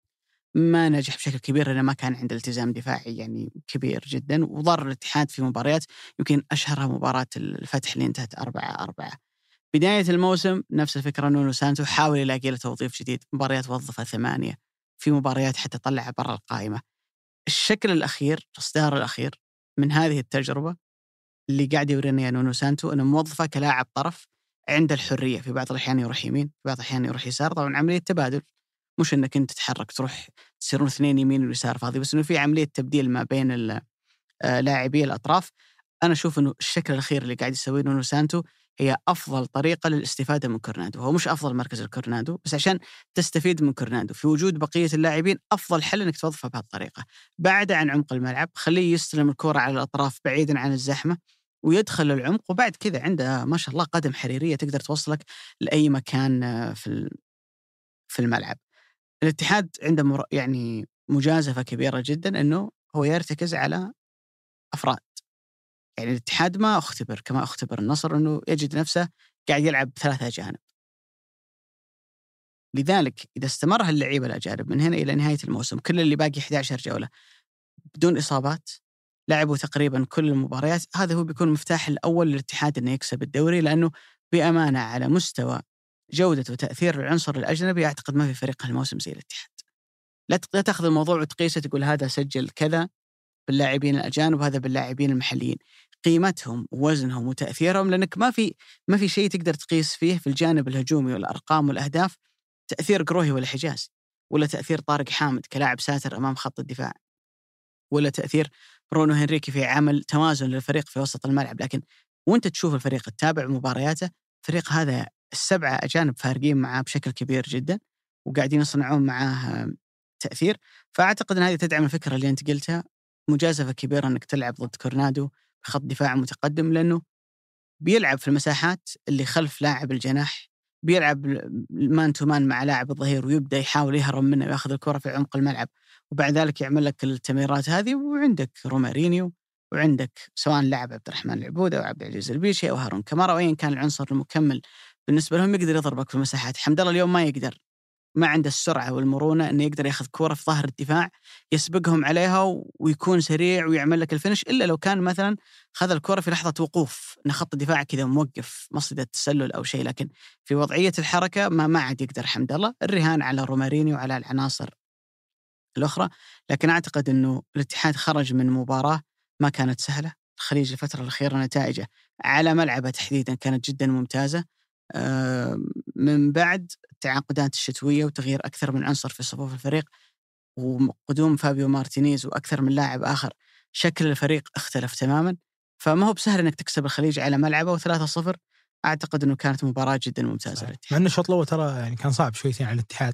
ما نجح بشكل كبير لأنه ما كان عنده التزام دفاعي يعني كبير جدا، وضر الاتحاد في مباريات يمكن أشهرها مباراة الفتح اللي انتهت أربعة أربعة. بداية الموسم نفس الفكرة، نونو سانتو حاول يلاقي له توظيف جديد، مباريات وظفها ثمانية، في مباريات حتى طلع برا القائمة. الشكل الأخير، الإصدار الأخير من هذه التجربة اللي قاعد يورينا نونو سانتو أنه موظفة كلاعب طرف عنده الحرية، في بعض الأحيان يروح يمين، في بعض الأحيان يروح يسار، طبعا عملية تبادل، مش أنك أنت تتحرك تروح تصيرون اثنين يمين ويسار فاضي، بس أنه في عملية تبديل ما بين لاعبي الأطراف. أنا أشوف أنه الشكل الأخير اللي قاعد يسويه نونو سانتو هي أفضل طريقة للاستفادة من كورنادو. هو مش أفضل مركز الكورنادو، بس عشان تستفيد من كورنادو في وجود بقية اللاعبين أفضل حل أنك توظفه بهالطريقة، بعد عن عمق الملعب، خليه يستلم الكرة على الأطراف بعيدا عن الزحمة ويدخل العمق، وبعد كذا عنده ما شاء الله قدم حريرية تقدر توصلك لأي مكان في في الملعب. الاتحاد عنده مر... يعني مجازفة كبيرة جدا أنه هو يرتكز على أفراد. يعني الاتحاد ما اختبر كما اختبر النصر أنه يجد نفسه قاعد يلعب ثلاثة أجانب. لذلك إذا استمر هاللعيبة الأجانب من هنا إلى نهاية الموسم، كل اللي باقي إحدى عشرة جولة بدون إصابات، لعبوا تقريبا كل المباريات، هذا هو بيكون المفتاح الأول للاتحاد أنه يكسب الدوري، لأنه بأمانة على مستوى جودة وتأثير العنصر الأجنبي أعتقد ما في فريق هالموسم زي الاتحاد. لا تأخذ الموضوع وتقيسه تقول هذا سجل كذا باللاعبين الأجانب وهذا باللاعبين المحليين، قيمتهم ووزنهم وتأثيرهم، لأنك ما في ما في شيء تقدر تقيس فيه في الجانب الهجومي والأرقام والأهداف تأثير قروهي ولا حجازي، ولا تأثير طارق حامد كلاعب ساتر أمام خط الدفاع، ولا تأثير برونو هنريكي في عمل توازن للفريق في وسط الملعب. لكن وانت تشوف الفريق تتابع مبارياته، فريق هذا السبعة أجانب فارقين معاه بشكل كبير جدا وقاعدين يصنعون معاه تأثير. فأعتقد أن هذه تدعم الفكرة اللي أنت قلتها، مجازفة كبيرة أنك تلعب ضد كورنادو بخط دفاع متقدم، لأنه بيلعب في المساحات اللي خلف لاعب الجناح، بيلعب مان تو مان مع لاعب الظهير ويبدأ يحاول يهرب منه ويأخذ الكرة في عمق الملعب، وبعد ذلك يعمل لك التمريرات هذه. وعندك رومارينيو، وعندك سواء لاعب عبد الرحمن العبودة أو عبد العزيز البيشي أو هارون كامارا، وأيا كان العنصر المكمل بالنسبة لهم يقدر يضربك في المساحات. حمد الله اليوم ما يقدر، ما عنده السرعة والمرونة أنه يقدر يأخذ كرة في ظهر الدفاع يسبقهم عليها ويكون سريع ويعمل لك الفينش، إلا لو كان مثلا خذ الكرة في لحظة وقوف أن خط الدفاع كذا موقف مصيدة تسلل أو شيء، لكن في وضعية الحركة ما ما عاد يقدر حمد الله. الرهان على رومارينيو وعلى العناصر الأخرى. لكن أعتقد أنه الاتحاد خرج من مباراة ما كانت سهلة. الخليج الفترة الأخيرة نتائجه على ملعبه تحديدا كانت جدا ممتازة، من بعد التعاقدات الشتوية وتغيير أكثر من عنصر في صفوف الفريق وقدوم فابيو مارتينيز وأكثر من لاعب آخر، شكل الفريق اختلف تماما. فما هو بسهل أنك تكسب الخليج على ملعبه وثلاثة صفر. أعتقد أنه كانت مباراة جدا ممتازة. مع أن الشوط الأول ترى يعني كان صعب شويتين على الاتحاد،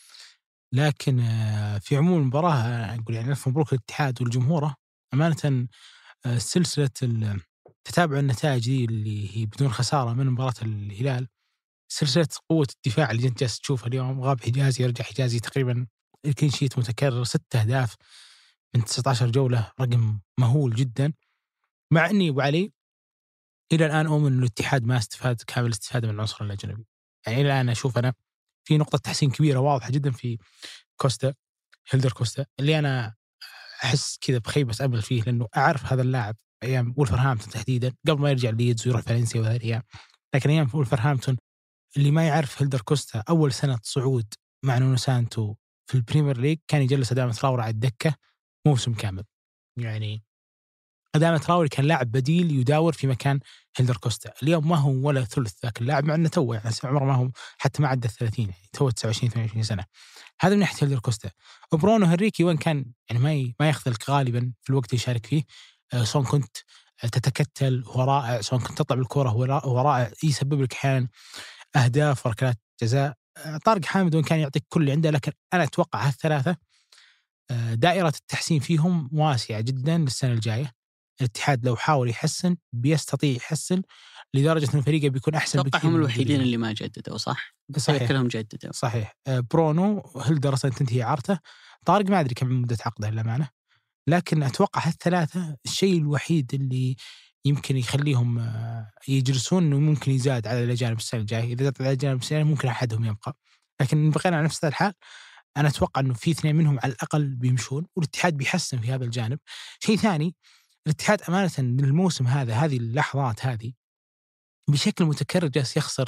لكن في عموم المباراة أقول يعني ألف مبروك للاتحاد والجمهور. أمانة سلسلة تتابع النتائج دي اللي هي بدون خسارة من مباراة الهلال، سلسلة قوة الدفاع اللي أنت جالس تشوفها اليوم. غاب حجازي، يرجع حجازي، تقريبا الكلين شيت متكرر، ستة أهداف من تسعة عشر جولة، رقم مهول جدا. مع أني أبو علي إلى الآن أؤمن أن الاتحاد ما استفاد كامل الاستفادة من العنصر الأجنبي. يعني إلى الآن أشوف أنا في نقطة تحسين كبيرة واضحة جدا في كوستا، هيلدر كوستا، اللي أنا أحس كذا بخيبة أمل فيه، لأنه أعرف هذا اللاعب أيام وولفرهامبتون تحديدا قبل ما يرجع ليدز ويروح فالنسيا وهذه الأيام. لكن أيام وولفرهامبتون اللي ما يعرف هيلدر كوستا، أول سنة صعود مع نونو سانتو في البريمير ليج كان يجلس أدامة تراوري على الدكة موسم كامل. يعني أدامة تراوري كان لاعب بديل يداور في مكان هيلدر كوستا. اليوم ما هو ولا ثلث ذاك اللاعب، مع أنه توه يعني عمره ما هو حتى ما عدى الثلاثين، يعني توه تسعة وعشرين ثمانية وعشرين سنة. هذا من ناحية هيلدر كوستا. برونو هنريكي وين كان يعني ما ما يخذلك غالبا في الوقت اللي يشارك فيه، أه سواء كنت تتكتل هو رائع، سواء كنت تطلع بالكرة هو رائع، يسبب لك أحيانا أهداف وركلات جزاء. طارق حامد وإن كان يعطيك كل اللي عنده، لكن أنا أتوقع هالثلاثة دائرة التحسين فيهم واسعة جدا للسنة الجاية. الاتحاد لو حاول يحسن بيستطيع يحسن لدرجة أن فريقه بيكون أحسن بكثير. أتوقع هم الوحيدين اللي ما جددوا، صح؟ صحيح، كلهم جددوا. صحيح. برونو هيلدر أصلا تنتهي عارته، طارق ما أدري كم مدة عقده للأمانة، لكن أتوقع هالثلاثة الشيء الوحيد اللي يمكن يخليهم يجلسون إنه ممكن يزاد على الأجانب السنة الجاية. إذا زاد على الأجانب السنة ممكن أحدهم يبقى، لكن بقينا على نفس الحال أنا أتوقع أنه في اثنين منهم على الأقل بيمشون، والاتحاد بيحسن في هذا الجانب. شيء ثاني، الاتحاد أمانة من الموسم هذا، هذه اللحظات هذه بشكل متكرر جالس يخسر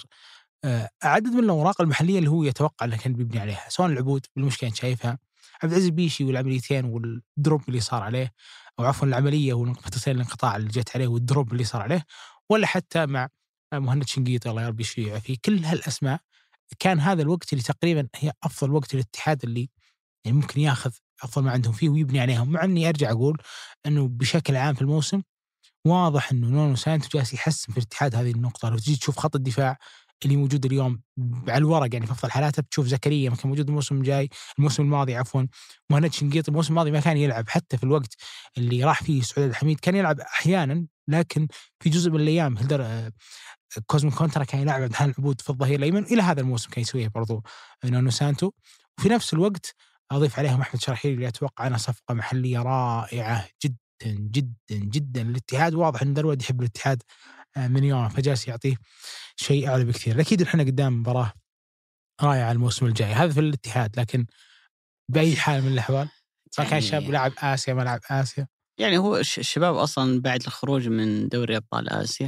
عدد من الأوراق المحلية اللي هو يتوقع أنه كان بيبني عليها، سواء العبود بالمشكلة شايفها عبد العزيز بيشي والعمليتين والدروب اللي صار عليه، أو عفوا العملية ونقطتين الانقطاع اللي جت عليه والدروب اللي صار عليه، ولا حتى مع مهند شنقيطي الله يربي يشفيه فيه. كل هالأسماء كان هذا الوقت اللي تقريبا هي أفضل وقت للاتحاد اللي يعني ممكن ياخذ أفضل ما عندهم فيه ويبني عليهم. مع أني أرجع أقول أنه بشكل عام في الموسم واضح أنه نونو سانتو جالس يحسن في الاتحاد هذه النقطة. لو تجي تشوف خط الدفاع اللي موجود اليوم على الورق يعني في أفضل حالاته، بتشوف زكريا ما كان موجود الموسم الجاي الموسم الماضي عفوا مهند شنقيطي الموسم الماضي ما كان يلعب، حتى في الوقت اللي راح فيه سعود الحميد كان يلعب أحيانا، لكن في جزء من الأيام هلدر كوزمو كونترا كان يلعب عبد الحليم العبود في الظهير الأيمن. إلى هذا الموسم كان يسويه برضو نونو سانتو. وفي نفس الوقت أضيف عليهم أحمد شرحيلي اللي أتوقع أنا صفقة محلية رائعة جدا جدا جدا للاتحاد. واضح أن درود يحب الاتحاد من يوم، فجالس يعطيه شيء أعلى بكثير. أكيد إحنا قدام مباراة رائعة الموسم الجاي، هذا في الاتحاد، لكن بأي حال من الأحوال سواء كان شاب لاعب آسيا ما لاعب آسيا، يعني هو الشباب أصلا بعد الخروج من دوري أبطال آسيا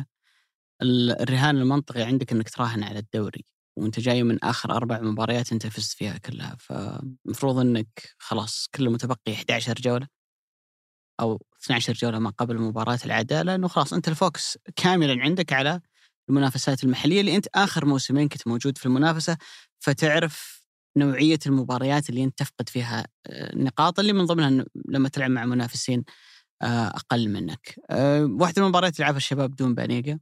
الرهان المنطقي عندك أنك تراهن على الدوري، وأنت جاي من آخر أربع مباريات أنت فزت فيها كلها، فمفروض أنك خلاص كل متبقي إحدى عشرة جولة أو اثنتي عشرة جولة ما قبل مباراة العدالة، أنه خلاص أنت الفوكس كاملا عندك على المنافسات المحلية اللي أنت آخر موسمين كنت موجود في المنافسة، فتعرف نوعية المباريات اللي أنت تفقد فيها النقاط اللي من ضمنها لما تلعب مع منافسين أقل منك. واحدة من المباريات اللي لعبها الشباب دون بانيجا،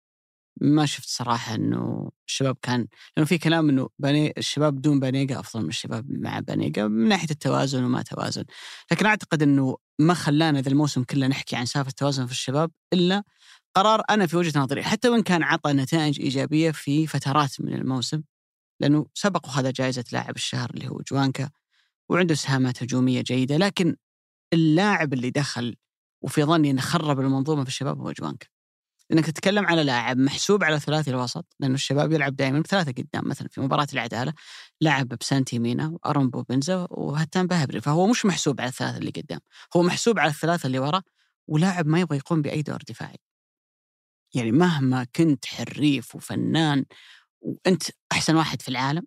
ما شفت صراحة أنه الشباب كان، لأنه في كلام أنه باني الشباب دون بانيجا أفضل من الشباب مع بانيجا من ناحية التوازن وما توازن، لكن أعتقد أنه ما خلانا ذا الموسم كله نحكي عن سالفة التوازن في الشباب إلا قرار أنا في وجهة نظري، حتى وإن كان عطى نتائج إيجابية في فترات من الموسم، لأنه سبق وخذ جائزة لاعب الشهر اللي هو جوانكا وعنده سهامات هجومية جيدة، لكن اللاعب اللي دخل وفي ظني أنه خرب المنظومة في الشباب هو جوانكا. إنك تتكلم على لاعب محسوب على ثلاثي الوسط، لأنه الشباب يلعب دائما بثلاثة قدام، مثلا في مباراة العدالة لعب بسانتي مينا وأرمبو بنزا وهتان بهبري، فهو مش محسوب على الثلاثة اللي قدام، هو محسوب على الثلاثة اللي ورا، ولاعب ما يبغى يقوم بأي دور دفاعي. يعني مهما كنت حريف وفنان وأنت أحسن واحد في العالم،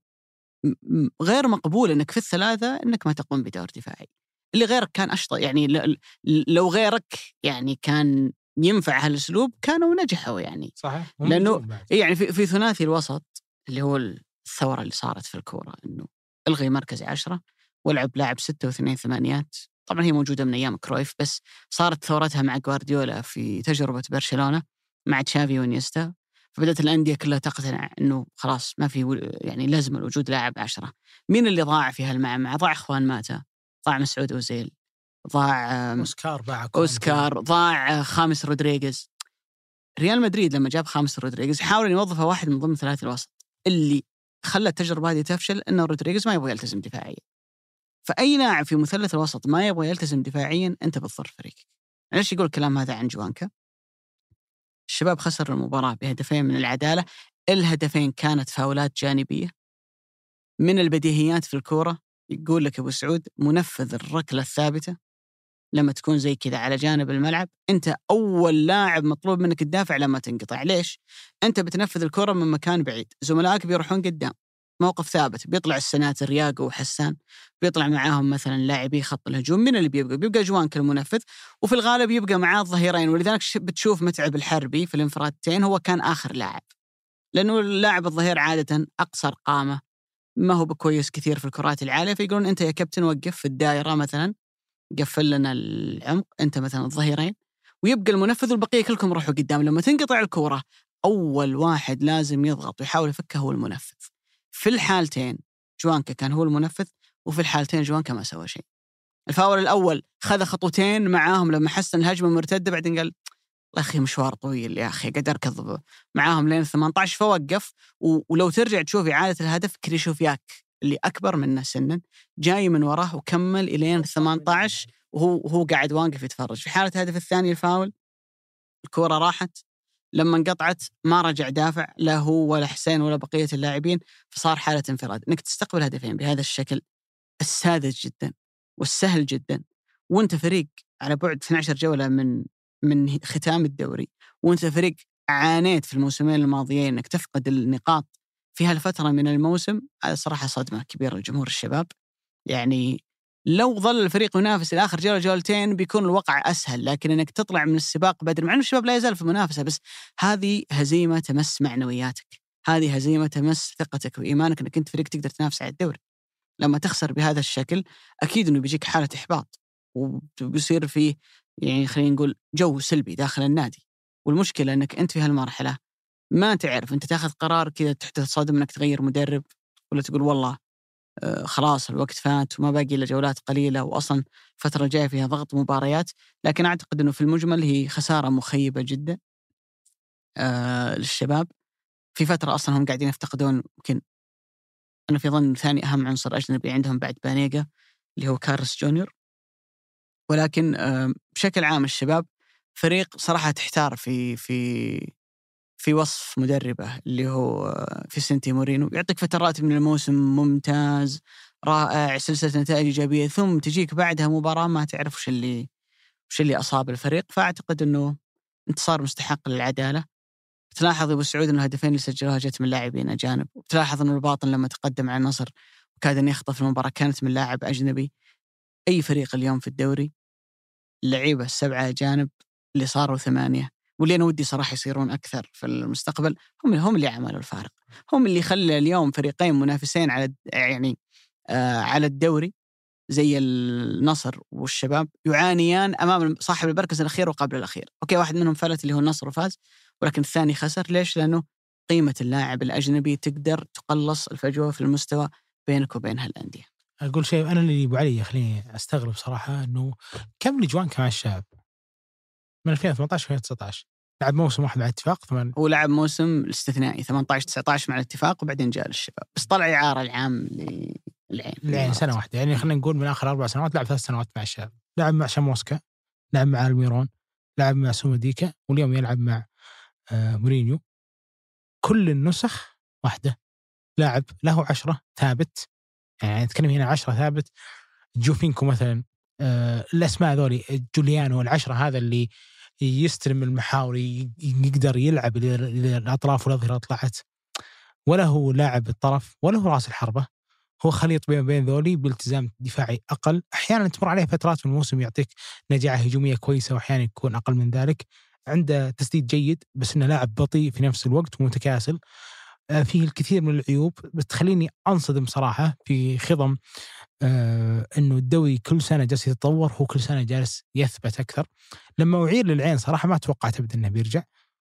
غير مقبول أنك في الثلاثة أنك ما تقوم بدور دفاعي. اللي غيرك كان أشطر، يعني لو غيرك يعني كان ينفع هالأسلوب كانوا نجحوا يعني صحيح، لأنه يعني في, في ثلاثي الوسط اللي هو الثورة اللي صارت في الكورة، إنه ألغي مركز عشرة ولعب لاعب ستة واثنين ثمانيات. طبعا هي موجودة من أيام كرويف، بس صارت ثورتها مع غوارديولا في تجربة برشلونة مع تشافي ونيستا، فبدأت الأندية كلها تقتنع إنه خلاص ما في يعني لازم الوجود لاعب عشرة. مين اللي ضاع في هالمعمعة؟ ضاع إخوان ماتا، ضاع مسعود أوزيل، ضاع أوسكار باع أوسكار، ضاع خامس رودريغيز. ريال مدريد لما جاب خامس رودريغيز حاول يوظفه واحد من ضمن ثلاثي الوسط، اللي خلى التجربة هذه تفشل إنه رودريغيز ما يبغى يلتزم دفاعيا. فأي لاعب في مثلث الوسط ما يبغى يلتزم دفاعيا أنت بتضر فريقك. ليش يقول الكلام هذا عن جوانكا؟ الشباب خسر المباراة بهدفين من العدالة، الهدفين كانت فاولات جانبية. من البديهيات في الكورة يقول لك أبو سعود منفذ الركلة الثابتة لما تكون زي كذا على جانب الملعب أنت أول لاعب مطلوب منك تدافع لما تنقطع. ليش؟ أنت بتنفذ الكرة من مكان بعيد، زملائك بيروحون قدام موقف ثابت، بيطلع السناتر رياقو وحسان، بيطلع معاهم مثلا لاعبي خط الهجوم. من اللي بيبقى؟ بيبقى جوانكا المنفذ، وفي الغالب يبقى معاه الظهيرين، ولذلك بتشوف متعب الحربي في الانفرادتين هو كان آخر لاعب، لأنه اللاعب الظهير عادة أقصر قامة، ما هو بكويس كثير في الكرات العالية، فيقولون أنت يا كابتن وقف في الدائرة مثلا، قفل لنا العمق أنت مثلا الظهيرين، ويبقى المنفذ والبقية كلكم روحوا قدام. لما تنقطع الكرة أول واحد لازم يضغط ويحاول يفكها هو المنفذ. في الحالتين جوانكا كان هو المنفذ، وفي الحالتين جوانكا ما سوى شيء. الفاول الأول خذ خطوتين معاهم لما حسن الهجمة مرتدة، بعدين قال أخي مشوار طويل يا أخي قدر كذب معاهم لين ثمانية عشر فوقف. ولو ترجع تشوف إعادة الهدف كريشوفياك اللي أكبر منه سنا جاي من وراه وكمل إلين ثمانية عشر وهو وهو قاعد واقف يتفرج. في حالة الهدف الثاني الفاول الكرة راحت، لما انقطعت ما رجع دافع لا هو ولا حسين ولا بقية اللاعبين، فصار حالة انفراد. إنك تستقبل هدفين بهذا الشكل الساذج جدا والسهل جدا، وانت فريق على بعد اثنتي عشرة جولة من من ختام الدوري، وانت فريق عانيت في الموسمين الماضيين انك تفقد النقاط في هالفترة من الموسم. هذا صراحة صدمة كبيرة لجمهور الشباب. يعني لو ظل الفريق ينافس إلى آخر جولة جولتين بيكون الوقع أسهل، لكن إنك تطلع من السباق بدري، مع إنه الشباب لا يزال في المنافسة، بس هذه هزيمة تمس معنوياتك، هذه هزيمة تمس ثقتك وإيمانك إنك أنت فريق تقدر تنافس على الدوري. لما تخسر بهذا الشكل أكيد إنه بيجيك حالة إحباط، وبيصير فيه يعني خلينا نقول جو سلبي داخل النادي. والمشكلة إنك أنت في هالمرحلة ما تعرف أنت تاخذ قرار كذا تحت تصادم إنك تغير مدرب، ولا تقول والله آه خلاص الوقت فات وما باقي إلا جولات قليلة، وأصلا الفترة الجاية فيها ضغط مباريات. لكن أعتقد أنه في المجمل هي خسارة مخيبة جدا آه للشباب في فترة أصلا هم قاعدين يفتقدون. يمكن أنا في ظن ثاني أهم عنصر أجنبي عندهم بعد بانيجا اللي هو كارلوس جونيور. ولكن آه بشكل عام الشباب فريق صراحة تحتار في في في وصف مدربه اللي هو فيسنتي مورينو. يعطيك فترات من الموسم ممتاز رائع، سلسلة نتائج إيجابية، ثم تجيك بعدها مباراة ما تعرف وش اللي وش اللي أصاب الفريق. فأعتقد أنه انتصار مستحق للعدالة. تلاحظ أبو سعود أنه الهدفين اللي سجلوها جت من لاعبين أجانب، وتلاحظ أنه الباطن لما تقدم على النصر وكاد أن يخطف المباراة كانت من لاعب أجنبي. أي فريق اليوم في الدوري اللعيبة السبعة أجانب اللي صاروا ثمانية، واللي أنا ودي صراحة يصيرون أكثر في المستقبل، هم هم اللي عملوا الفارق، هم اللي خلى اليوم فريقين منافسين على يعني آه على الدوري زي النصر والشباب يعانيان أمام صاحب المركز الأخير وقبل الأخير. أوكي واحد منهم فلت اللي هو النصر وفاز، ولكن الثاني خسر. ليش؟ لأنه قيمة اللاعب الأجنبي تقدر تقلص الفجوة في المستوى بينك وبين هالأندية. أقول شيء أنا اللي أبو علي يخليني أستغرب صراحة إنه كم لجوان كمان الشاب من ألفين وثمانية عشر ألفين وتسعة عشر لعب موسم واحد مع الاتفاق. ثمان هو لعب موسم الاستثنائي ثمانية عشر تسعة عشر مع الاتفاق، وبعدين جاء للشباب، بس طلع إعارة العام للعين العين سنة واحدة. يعني خلينا نقول من آخر أربع سنوات لعب ثلاث سنوات مع الشباب. لعب مع شاموسكا، لعب مع الميرون، لعب مع سومديكا، واليوم يلعب مع آه مورينيو. كل النسخ واحدة. لاعب له عشرة ثابت، يعني نتكلم هنا عشرة ثابت. جوفينكو مثلا آه الأسماء ذولي جوليانو العشرة هذا اللي يستلم المحاور يقدر يلعب الأطراف والأظهرة طلعت، ولا هو لاعب الطرف ولا هو راس الحربة. هو خليط بين بين ذولي بالتزام دفاعي أقل. أحيانا تمر عليه فترات في الموسم يعطيك نجاعة هجومية كويسة، وأحيانا يكون أقل من ذلك. عنده تسديد جيد بس إنه لاعب بطيء في نفس الوقت ومتكاسل. فيه الكثير من العيوب بتخليني أنصدم صراحة في خضم آه إنه الدوري كل سنة جالس يتطور، هو كل سنة جالس يثبت أكثر. لما أعير للعين صراحة ما توقعت أبدا إنه بيرجع،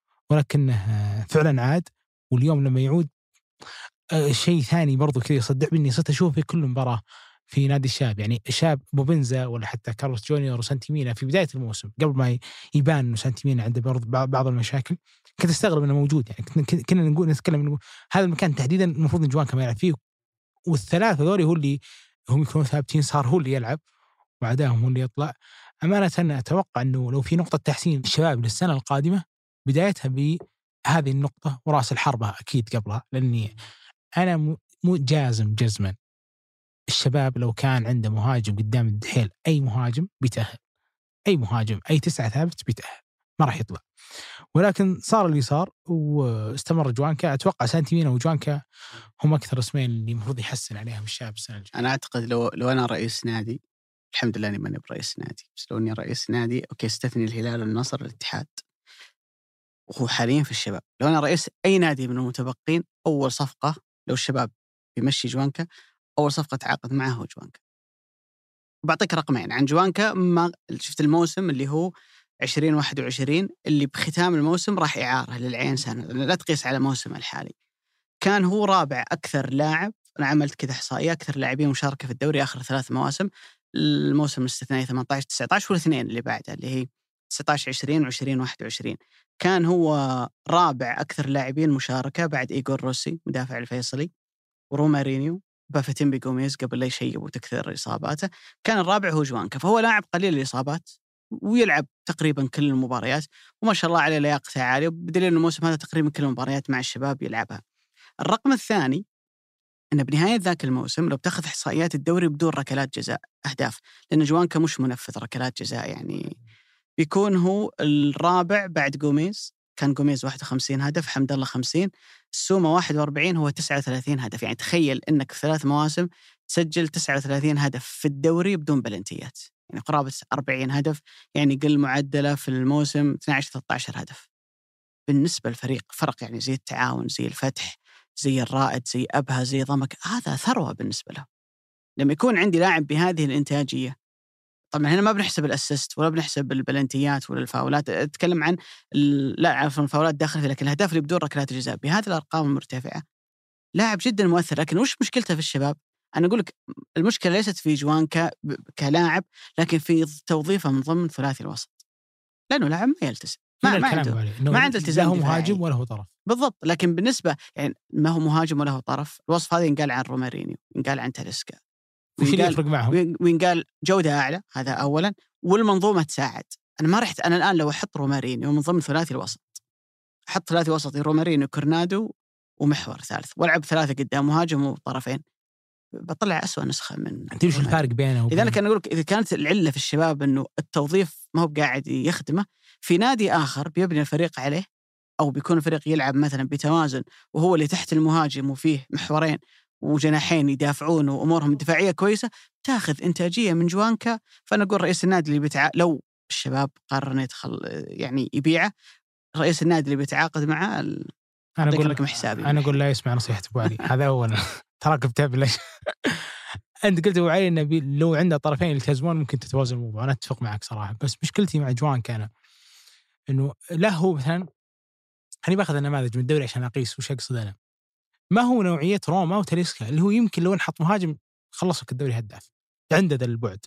ولكنه فعلا عاد. واليوم لما يعود آه شيء ثاني برضو كذا يصدع مني. صرت أشوف في كل مباراة في نادي الشاب، يعني الشاب بوبنزا ولا حتى كارلوس جونيور وسانتيمينا في بداية الموسم قبل ما يبان إنه سانتيمينا عنده برضو بعض المشاكل، كنت استغرب إنه موجود. يعني كنا نقول نتكلم نقول هذا المكان تحديدا المفروض إن جوان كما يلعب فيه، والثلاثة ذولي هو اللي هم يكونوا ثابتين، صار هو اللي يلعب وعداهم هو اللي يطلع. أمانة أنا أتوقع أنه لو في نقطة تحسين الشباب للسنة القادمة بدايتها بهذه النقطة ورأس الحربة أكيد قبلها، لأني أنا مو جازم جزما الشباب لو كان عنده مهاجم قدام الدحيل أي مهاجم بيتأهل، أي مهاجم أي تسعة ثابت بيتأهل ما راح يطلع. ولكن صار اللي صار واستمر جوانكا. أتوقع سانتيمينا وجوانكا هم أكثر اسمين اللي المفروض يحسن عليهم الشاب السنة الجاية. أنا أعتقد لو لو أنا رئيس نادي، الحمد لله إني ماني برئيس نادي، بس لو إني رئيس نادي أوكي استثني الهلال والنصر الاتحاد وهو حاليا في الشباب. لو أنا رئيس أي نادي من المتبقين أول صفقة لو الشباب بيمشي جوانكا أول صفقة تعاقد معه هو جوانكا. وبعطيك رقمين عن جوانكا. ما شفت الموسم اللي هو عشرين واحد وعشرين اللي بختام الموسم راح إعارة للعين سنة، لا تقيس على موسم الحالي. كان هو رابع أكثر لاعب، أنا عملت كذا إحصائية، أكثر لاعبين مشاركة في الدوري آخر ثلاث مواسم، الموسم الاستثنائي ثمانية عشر تسعة عشر والاثنين اللي بعدها اللي هي تسعة عشر عشرين وعشرين واحد وعشرين. كان هو رابع أكثر لاعبين مشاركة بعد إيغور روسي مدافع الفيصلي ورومارينيو بافتيمبي غوميز قبل لا يشيب وتكثر إصاباته. كان الرابع هو جوانكا، فهو لاعب قليل الإصابات ويلعب تقريبا كل المباريات وما شاء الله عليه لياقته عالية، بدليل أن الموسم هذا تقريبا كل المباريات مع الشباب يلعبها. الرقم الثاني أن بنهاية ذاك الموسم لو بتاخذ إحصائيات الدوري بدون ركلات جزاء أهداف، لأن جوانكا مش منفذ ركلات جزاء، يعني بيكون هو الرابع بعد غوميز، كان غوميز واحد وخمسين هدف، حمد الله خمسين، السومة واحد وأربعين، هو تسعة وثلاثين هدف. يعني تخيل أنك في ثلاث مواسم تسجل تسعة وثلاثين هدف في الدوري بدون بلنتيات، يعني قرابة أربعين هدف، يعني قل معدله في الموسم اثنا عشر ثلاثة عشر هدف. بالنسبة للفريق فرق، يعني زي التعاون، زي الفتح، زي الرائد، زي أبها، زي ضمك، هذا ثروة بالنسبة له لما يكون عندي لاعب بهذه الإنتاجية. طبعا هنا ما بنحسب الأسيست ولا بنحسب البلنتيات ولا الفاولات، أتكلم عن لا أعرف الفاولات داخل فيه، لكن الأهداف اللي بدون ركلات الجزاء بهذه الأرقام المرتفعة لاعب جدا مؤثر. لكن وش مشكلته في الشباب؟ أنا أقول لك المشكلة ليست في جوانكا كلاعب، لكن في توظيفه من ضمن ثلاثي الوسط، لأنه لاعب ما يلتزم، ما, ما عنده ما عنده التزام، لا هو مهاجم ولا هو طرف بالضبط. لكن بالنسبة يعني ما هو مهاجم ولا هو طرف، الوصف هذا ينقال عن رومارينيو، ينقال عن تاليسكا، وش اللي يفرق معهم؟ وينقال جودة أعلى، هذا أولا، والمنظومة تساعد. أنا ما رحت أنا الآن لو أحط رومارينيو من ضمن ثلاثي الوسط، أحط ثلاثي وسطي رومارينيو كورنادو ومحور ثالث، والعب ثلاثة قدام مهاجم وطرفين، بطلع أسوأ نسخة من. أنت وش الفارق بينه وبين؟ لذلك أنا أقول لك إذا كانت العلة في الشباب إنه التوظيف ما هو قاعد يخدمه في نادي آخر بيبني الفريق عليه، أو بيكون الفريق يلعب مثلا بتوازن وهو اللي تحت المهاجم وفيه محورين وجناحين يدافعون وأمورهم الدفاعية كويسة، تأخذ إنتاجية من جوانكا. فأنا أقول رئيس النادي اللي بتع... لو الشباب قرر يدخل يعني يبيعه، رئيس النادي اللي بيتعاقد معه ال... أنا أقول لكم حسابي. أنا أقول لا يسمع نصيحة أبو علي هذا أولا. تراك بتابع ليش أنت قلت أبو علي إنه لو عنده طرفين يلتزمون ممكن تتوازن الموضوع، أنا أتفق معك صراحة. بس مشكلتي مع جوانكا أنا إنه لا هو مثلا، أنا باخذ النماذج من الدوري عشان أقيس وش أقصد أنا. ما هو نوعية روما وتاليسكا اللي هو يمكن لو نحط مهاجم خلصك الدوري هداف عنده ذا البعد،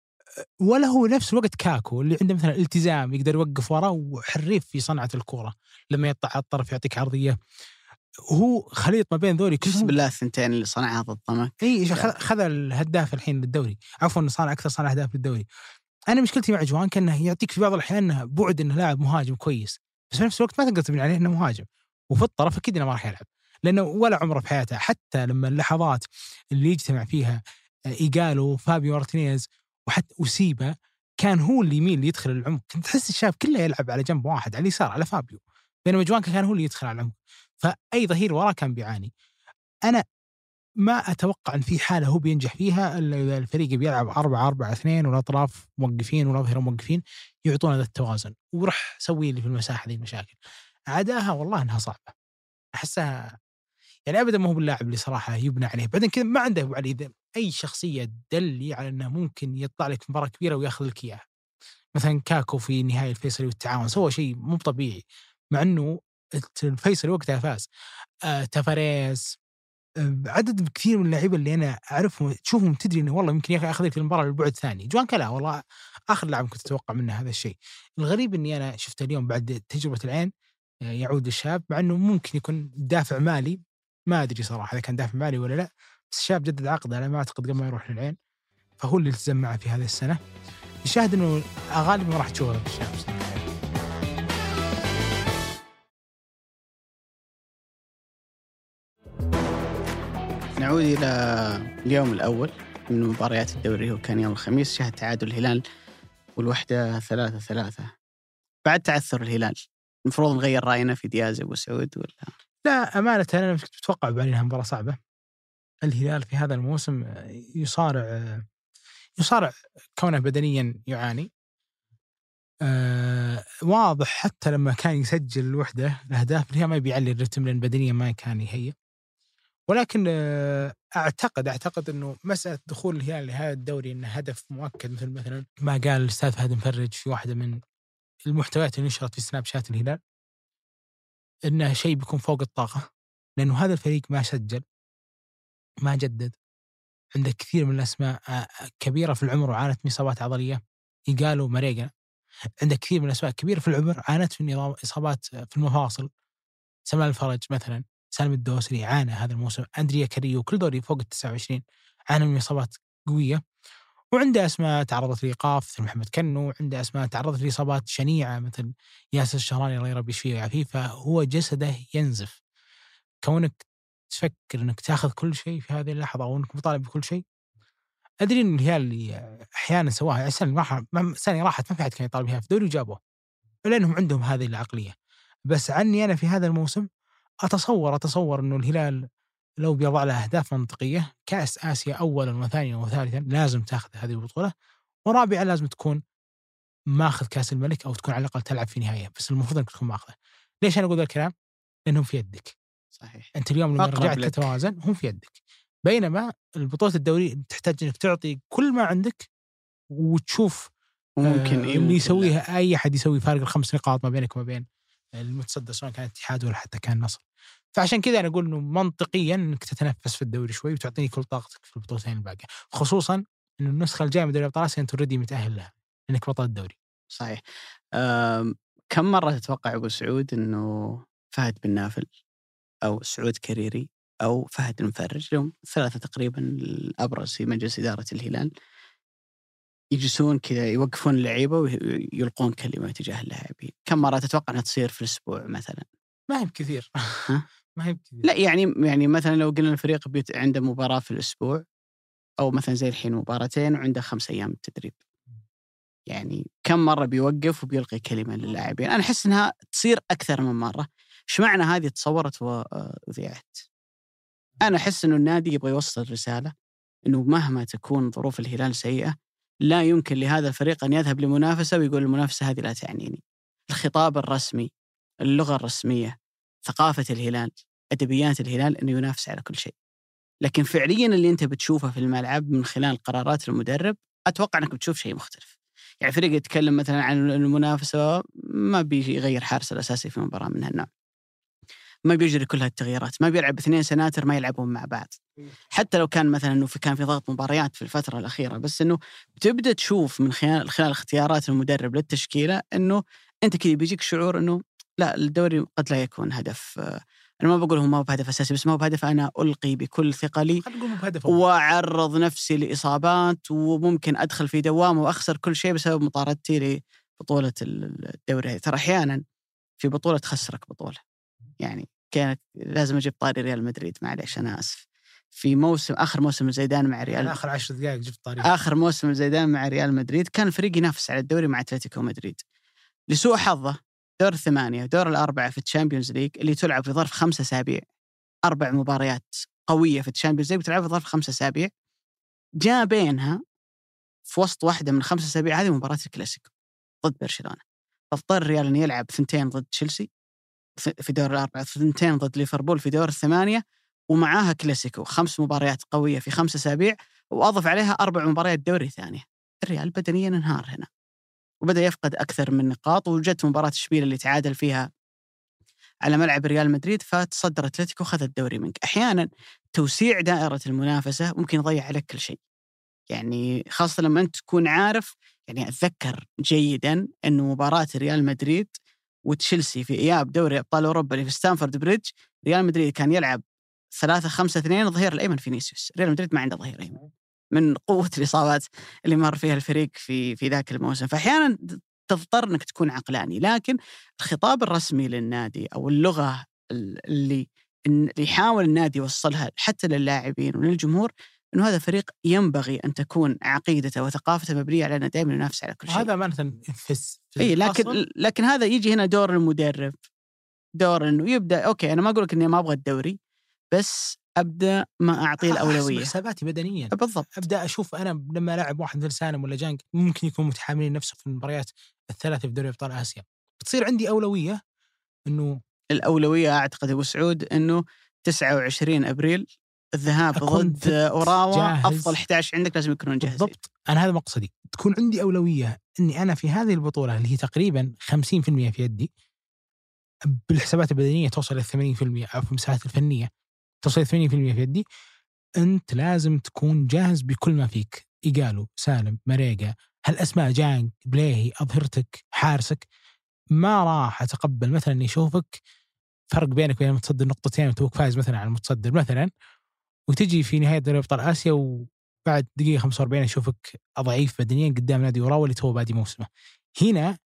ولا هو نفس الوقت كاكو اللي عنده مثلا التزام يقدر يوقف وراه وحريف في صنعة الكرة، لما يطلع على الطرف يعطيك عرضية، وهو خليط ما بين ذولي. بسم بالله الثنتين اللي صنعها ضد ضمك. اي خذ الهداف الحين للدوري، عفوا صنع اكثر صنع اهداف للدوري. انا مشكلتي مع جوان كانه يعطيك في بعض الاحيان انه بعد انه لاعب مهاجم كويس، بس في نفس الوقت ما تقدر تبني عليه انه مهاجم، وفي الطرف اكيد انه ما راح يلعب لانه ولا عمره في حياته. حتى لما اللحظات اللي يجتمع فيها إيغالو فابيو مارتينيز وحتى أسيبا كان هو اللي يميل اللي يدخل العمق، كنت تحس الشاب كله يلعب على جنب واحد على اليسار على فابيو، بينما جوانكا كان هو اللي يدخل على العمق، فأي ظهير وراه كان بيعاني. أنا ما أتوقع أن في حالة هو بينجح فيها إلا الفريق بيلعب أربعة أربعة اثنين والأطراف موقفين والأظهرة موقفين يعطون هذا التوازن، وروح سوي لي في المساحة دي المشاكل. عداها والله أنها صعبة، أحسها يعني أبدا ما هو باللاعب اللي صراحة يبنى عليه. بعدين كذا ما عنده عليه أي شخصية تدلي على أنه ممكن يطلع لك في مباراة كبيرة ويأخذ لك إياها. مثلا كاكو في نهاية الفيصلي والتعاون سوى شيء مو طبيعي، مع أنه الفيصلي وقتها فاز. آه تافاريز، آه عدد كثير من اللاعبين اللي أنا أعرفهم تشوفهم تدري أنه والله ممكن يأخذ لك المباراة للبعد ثاني. جوان كلا والله آخر لاعب كنت أتوقع منه هذا الشيء. الغريب أني أنا شفته اليوم بعد تجربة العين آه يعود الشاب، مع أنه ممكن يكون دافع مالي، ما أدري صراحة إذا كان دافع مالي ولا لا، بس الشاب جدد عقده أنا ما أعتقد قبل ما يروح للعين، فهو اللي التزم معه في هذه السنة. الشاهد إنه غالبا ما راح تشوفه في الشاب السنة. نعود إلى اليوم الأول من مباريات الدوري، هو كان يوم الخميس، شهد تعادل الهلال والوحدة ثلاثة ثلاثة بعد تعثر الهلال. المفروض نغير رأينا في دياز أبو سعود ولا؟ لا أمانة أنا مش كنت متوقع بعدينها مباراة صعبة. الهلال في هذا الموسم يصارع يصارع كونه بدنيا يعاني. أه واضح حتى لما كان يسجل الوحدة الأهداف اللي هي ما بيعلي الرتم لأن بدنيا ما كان يهيئ. ولكن أه أعتقد أعتقد إنه مسألة دخول الهلال لهذا الدوري إنه هدف مؤكد، مثل مثلا ما قال الأستاذ فهد مفرج في واحدة من المحتويات اللي نشرت في سناب شات الهلال، إنه شيء بيكون فوق الطاقة، لأنه هذا الفريق ما سجل ما جدد، عنده كثير من الأسماء كبيرة في العمر وعانت من إصابات عضلية. يقالوا مريقا عنده كثير من الأسماء كبيرة في العمر عانت من إصابات في المفاصل. سلمان الفرج مثلا، سالم الدوسري عانى هذا الموسم، أندريا كاريو، كل دوري فوق التسعة وعشرين عانى من إصابات قوية. وعنده أسماء تعرضت لإيقاف مثل محمد كنو، عنده أسماء تعرضت لإصابات شنيعة مثل ياسر الشهراني الله يربي شفيه ويعافيه، فهو جسده ينزف. كونك تفكر انك تاخذ كل شيء في هذه اللحظه او انك مطالب بكل شيء. ادري ان الهلال اللي احيانا سواها السنه راحت السنه راحت ما في احد كان يطالب فيها في دوري وجابوه، لانهم عندهم هذه العقليه. بس عني انا في هذا الموسم اتصور اتصور انه الهلال لو بيضع له اهداف منطقيه، كاس اسيا اولا وثانيا وثالثا لازم تاخذ هذه البطوله، ورابعا لازم تكون ماخذ كاس الملك او تكون على الاقل تلعب في نهايه، بس المفروض انك تكون ماخذه. ليش انا اقول الكلام؟ لانهم في يدك. صحيح. انت اليوم لما رجعت تتوازن هم في يدك، بينما البطولة الدوري تحتاج انك تعطي كل ما عندك وتشوف ممكن آه إيه اللي يسويها اي احد يسوي فارق الخمس نقاط ما بينك وما بين المتصدر سواء كان اتحاد ولا حتى كان نصر. فعشان كذا انا اقول انه منطقيا انك تتنفس في الدوري شوي وتعطيني كل طاقتك في البطولتين الباقيه، خصوصا انه النسخه الجايه من دوري الابطال اسيا انت اوريدي متاهل لها انك بطل الدوري. صحيح. كم مره تتوقع ابو سعود انه فهد بن نافل او سعود كريري او فهد المفرج، لهم ثلاثه تقريبا الابرز في مجلس اداره الهلال، يجلسون كذا يوقفون اللعيبه ويلقون كلمه تجاه اللاعبين؟ كم مره تتوقع انها تصير في الاسبوع مثلا؟ ما هي بكثير. ما هي بكثير. لا يعني يعني مثلا لو قلنا الفريق بيت عنده مباراه في الاسبوع، او مثلا زي الحين مباراتين وعنده خمس ايام التدريب، يعني كم مرة بيوقف وبيلقي كلمة للاعبين؟ أنا أحس أنها تصير أكثر من مرة. إيش معنى هذه تصورت وذيعت؟ أنا أحس أنه النادي يبغى يوصل رسالة أنه مهما تكون ظروف الهلال سيئة لا يمكن لهذا الفريق أن يذهب لمنافسة ويقول المنافسة هذه لا تعنيني. الخطاب الرسمي، اللغة الرسمية، ثقافة الهلال، أدبيات الهلال أنه ينافس على كل شيء. لكن فعليا اللي أنت بتشوفه في الملعب من خلال قرارات المدرب أتوقع أنك بتشوف شيء مختلف. يعني فريق يتكلم مثلا عن المنافسة ما بيغير حارس الأساسي في مباراة من هالنوع، ما بيجري كل هالتغييرات، ما بيلعب اثنين سناتر ما يلعبون مع بعض، حتى لو كان مثلا إنه في كان في ضغط مباريات في الفترة الأخيرة، بس إنه بتبدأ تشوف من خلال خلال اختيارات المدرب للتشكيلة إنه أنت كذا بيجيك شعور إنه لا الدوري قد لا يكون هدف. أنا ما بقول هو ما هو بهدف أساسي، بس ما هو بهدف أنا ألقي بكل ثقلي وأعرض نفسي لإصابات وممكن أدخل في دوامة وأخسر كل شيء بسبب مطاردتي لبطولة الدوري. ترى أحيانا في بطولة تخسرك بطولة، يعني كانت لازم أجيب طاري ريال مدريد، معليش أنا آسف، في موسم آخر موسم زيدان مع ريال، آخر عشر دقائق جبت طاري، آخر موسم زيدان مع ريال مدريد كان الفريق ينافس على الدوري مع أتلتيكو مدريد. لسوء حظه دور الثمانية دور الأربعة في الشامبيونز ليج اللي تلعب في ظرف خمسة أسابيع، أربع مباريات قوية في الشامبيونز ليج بتلعب في ظرف خمسة أسابيع، جاء بينها في وسط واحدة من خمسة أسابيع هذه مباراة الكلاسيكو ضد برشلونة، فاضطر الريال أن يلعب ثنتين ضد تشيلسي في دور الأربعة، ثنتين ضد ليفربول في دور الثمانية، ومعاها كلاسيكو، خمس مباريات قوية في خمسة أسابيع، وأضف عليها أربع مباريات دوري ثانية. الريال بدنيا انهار هنا وبدأ يفقد أكثر من نقاط، وجدت مباراة إشبيلية اللي تعادل فيها على ملعب ريال مدريد فتصدر أتلتيكو وخذ الدوري منك. أحيانا توسيع دائرة المنافسة ممكن يضيع عليك كل شيء، يعني خاصة لما أنت تكون عارف. يعني أتذكر جيدا أنه مباراة ريال مدريد وتشيلسي في إياب دوري أبطال أوروبا اللي في ستانفورد بريدج، ريال مدريد كان يلعب ثلاثة خمسة اثنين ظهير الأيمن فينيسيوس، ريال مدريد ما عنده ظهير أيمن من قوة الإصابات اللي مر فيها الفريق في في ذاك الموسم. فأحيانا تضطر أنك تكون عقلاني، لكن الخطاب الرسمي للنادي أو اللغة اللي اللي يحاول النادي يوصلها حتى للاعبين وللجمهور إنه هذا فريق ينبغي أن تكون عقيدته وثقافته مبنية على أنه دائما ينافس على كل شيء. هذا ما نفس. إيه لكن لكن هذا يجي هنا دور المدرب، دور إنه يبدأ أوكي أنا ما أقولك إني ما أبغى الدوري، بس أبدأ ما أعطيه الأولوية. حساباتي بدنيا بالضبط. أبدأ أشوف أنا لما ألعب واحد مثل سالم ولا جانك ممكن يكون متحاملين نفسه في المباريات الثلاثة في دوري أبطال آسيا، بتصير عندي أولوية. إنه الأولوية أعتقد أبو سعود إنه تسعة وعشرين أبريل الذهاب ضد أوراوا، أفضل إحدى عشر عندك لازم يكونون جاهزين. بالضبط، أنا هذا مقصدي، تكون عندي أولوية إني أنا في هذه البطولة اللي هي تقريبا خمسين في المية في يدي، بالحسابات البدنية توصل إلى ثمانين في المية، أو في المساحات الفنية توصل إلى ثمانين في المية في يدي. أنت لازم تكون جاهز بكل ما فيك، إيجالو، سالم، مريقة، هالأسماء، جانج، بليهي، أظهرتك، حارسك. ما راح أتقبل مثلا يشوفك فرق بينك وبين المتصدر نقطتين وتوك فايز مثلا على المتصدر مثلا، وتجي في نهاية دوري أبطال آسيا وبعد دقيقة خمسة وأربعين يشوفك ضعيف بدنيا قدام نادي أوراوا اللي تو بادي موسمه. هنا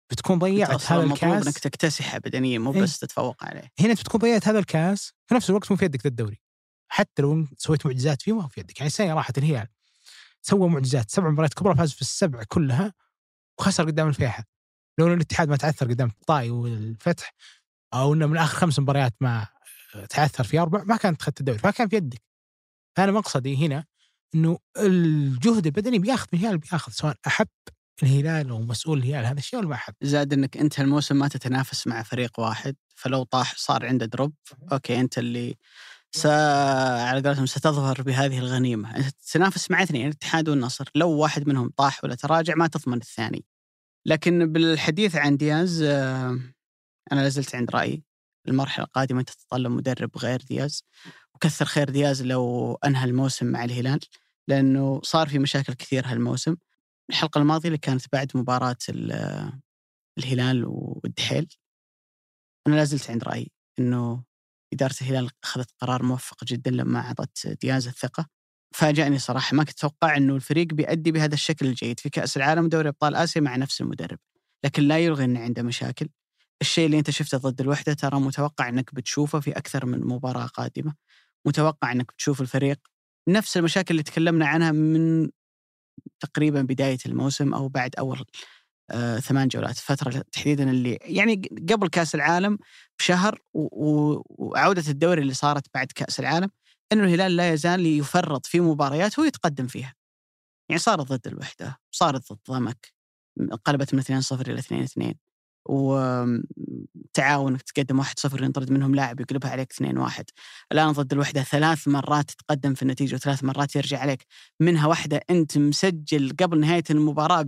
بتكون ضيعت هذا الكاس. انك تكتسحه بدنيا مو بس تتفوق عليه. هنا بتكون ضيعت هذا الكاس في نفس الوقت مو في يدك الدوري، حتى لو سويت معجزات فيه ما في يدك. يعني السنة راحت الهلال سوى معجزات، سبع مباريات كبرى فاز في السبع كلها وخسر قدام الفيحة. لو الاتحاد ما تعثر قدام الطائي والفتح، أو إنه من آخر خمس مباريات ما تعثر في أربع، ما كانت أخذت الدوري، فكان في يدك. فأنا مقصدي هنا إنه الجهد البدني بياخذ من الهلال، بياخذ سواء أحب الهلال أو مسؤول الهلال هذا الشيء ولا ما أحب. زاد إنك أنت الموسم ما تتنافس مع فريق واحد، فلو طاح صار عنده دروب، أوكي أنت اللي س على قولتهم ستظهر بهذه الغنيمة. أنت تنافس مع اثنين، الاتحاد والنصر، لو واحد منهم طاح ولا تراجع ما تضمن الثاني. لكن بالحديث عن دياز، أنا لازلت عند رأيي المرحلة القادمة تتطلب مدرب غير دياز، وكثر خير دياز لو أنهى الموسم مع الهلال، لأنه صار في مشاكل كثير هالموسم. الحلقة الماضية اللي كانت بعد مباراة الهلال والدحيل، أنا لازلت عند رأيي إنه إدارة الهلال أخذت قرار موفق جدا لما أعطت دياز الثقة. فاجأني صراحة، ما كنت أتوقع إنه الفريق بيأدي بهذا الشكل الجيد في كأس العالم ودوري أبطال آسيا مع نفس المدرب. لكن لا يلغي إن عنده مشاكل. الشيء اللي أنت شفته ضد الوحدة ترى متوقع إنك بتشوفه في أكثر من مباراة قادمة. متوقع إنك بتشوف الفريق نفس المشاكل اللي تكلمنا عنها من تقريبا بداية الموسم أو بعد أول آه ثمان جولات، فترة تحديدا اللي يعني قبل كأس العالم بشهر وعودة الدوري اللي صارت بعد كأس العالم، إنه الهلال لا يزال يفرط في مباريات هو يتقدم فيها. يعني صارت ضد الوحدة، صارت ضد ضمك، قلبت من اثنين صفر إلى اثنين اثنين، وتعاون تقدم واحد صفر ينطرد منهم لاعب يقلبها عليك اثنين واحد. الآن ضد الوحدة ثلاث مرات تتقدم في النتيجة وثلاث مرات يرجع عليك، منها واحدة أنت مسجل قبل نهاية المباراة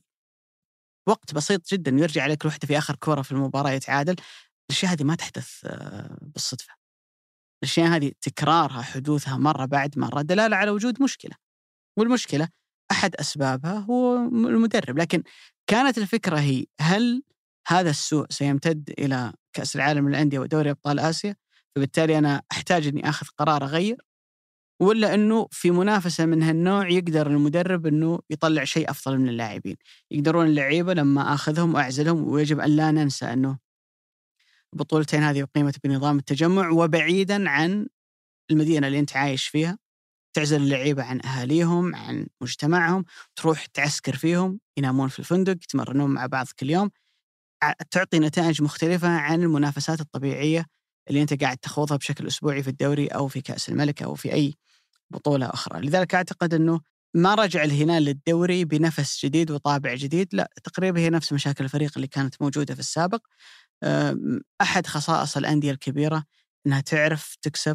بوقت بسيط جدا ويرجع عليك الوحدة في آخر كرة في المباراة يتعادل. الأشياء هذه ما تحدث بالصدفة. الأشياء هذه تكرارها حدوثها مرة بعد مرة دلالة على وجود مشكلة، والمشكلة أحد أسبابها هو المدرب. لكن كانت الفكرة هي هل هذا السوء سيمتد إلى كأس العالم للأندية ودوري أبطال آسيا، فبالتالي أنا أحتاج أني أخذ قرار أغير، ولا أنه في منافسة من هالنوع يقدر المدرب أنه يطلع شيء أفضل من اللاعبين. يقدرون اللعيبة لما أخذهم وأعزلهم، ويجب أن لا ننسى أنه البطولتين هذه قيمة بنظام التجمع وبعيدا عن المدينة اللي أنت عايش فيها. تعزل اللعيبة عن أهاليهم عن مجتمعهم، تروح تعسكر فيهم، ينامون في الفندق، يتمرنون مع بعض كل يوم، تعطي نتائج مختلفة عن المنافسات الطبيعية اللي أنت قاعد تخوضها بشكل أسبوعي في الدوري أو في كأس الملك أو في أي بطولة أخرى. لذلك أعتقد أنه ما رجع الهلال للدوري بنفس جديد وطابع جديد، لا، تقريبا هي نفس مشاكل الفريق اللي كانت موجودة في السابق. أحد خصائص الأندية الكبيرة أنها تعرف تكسب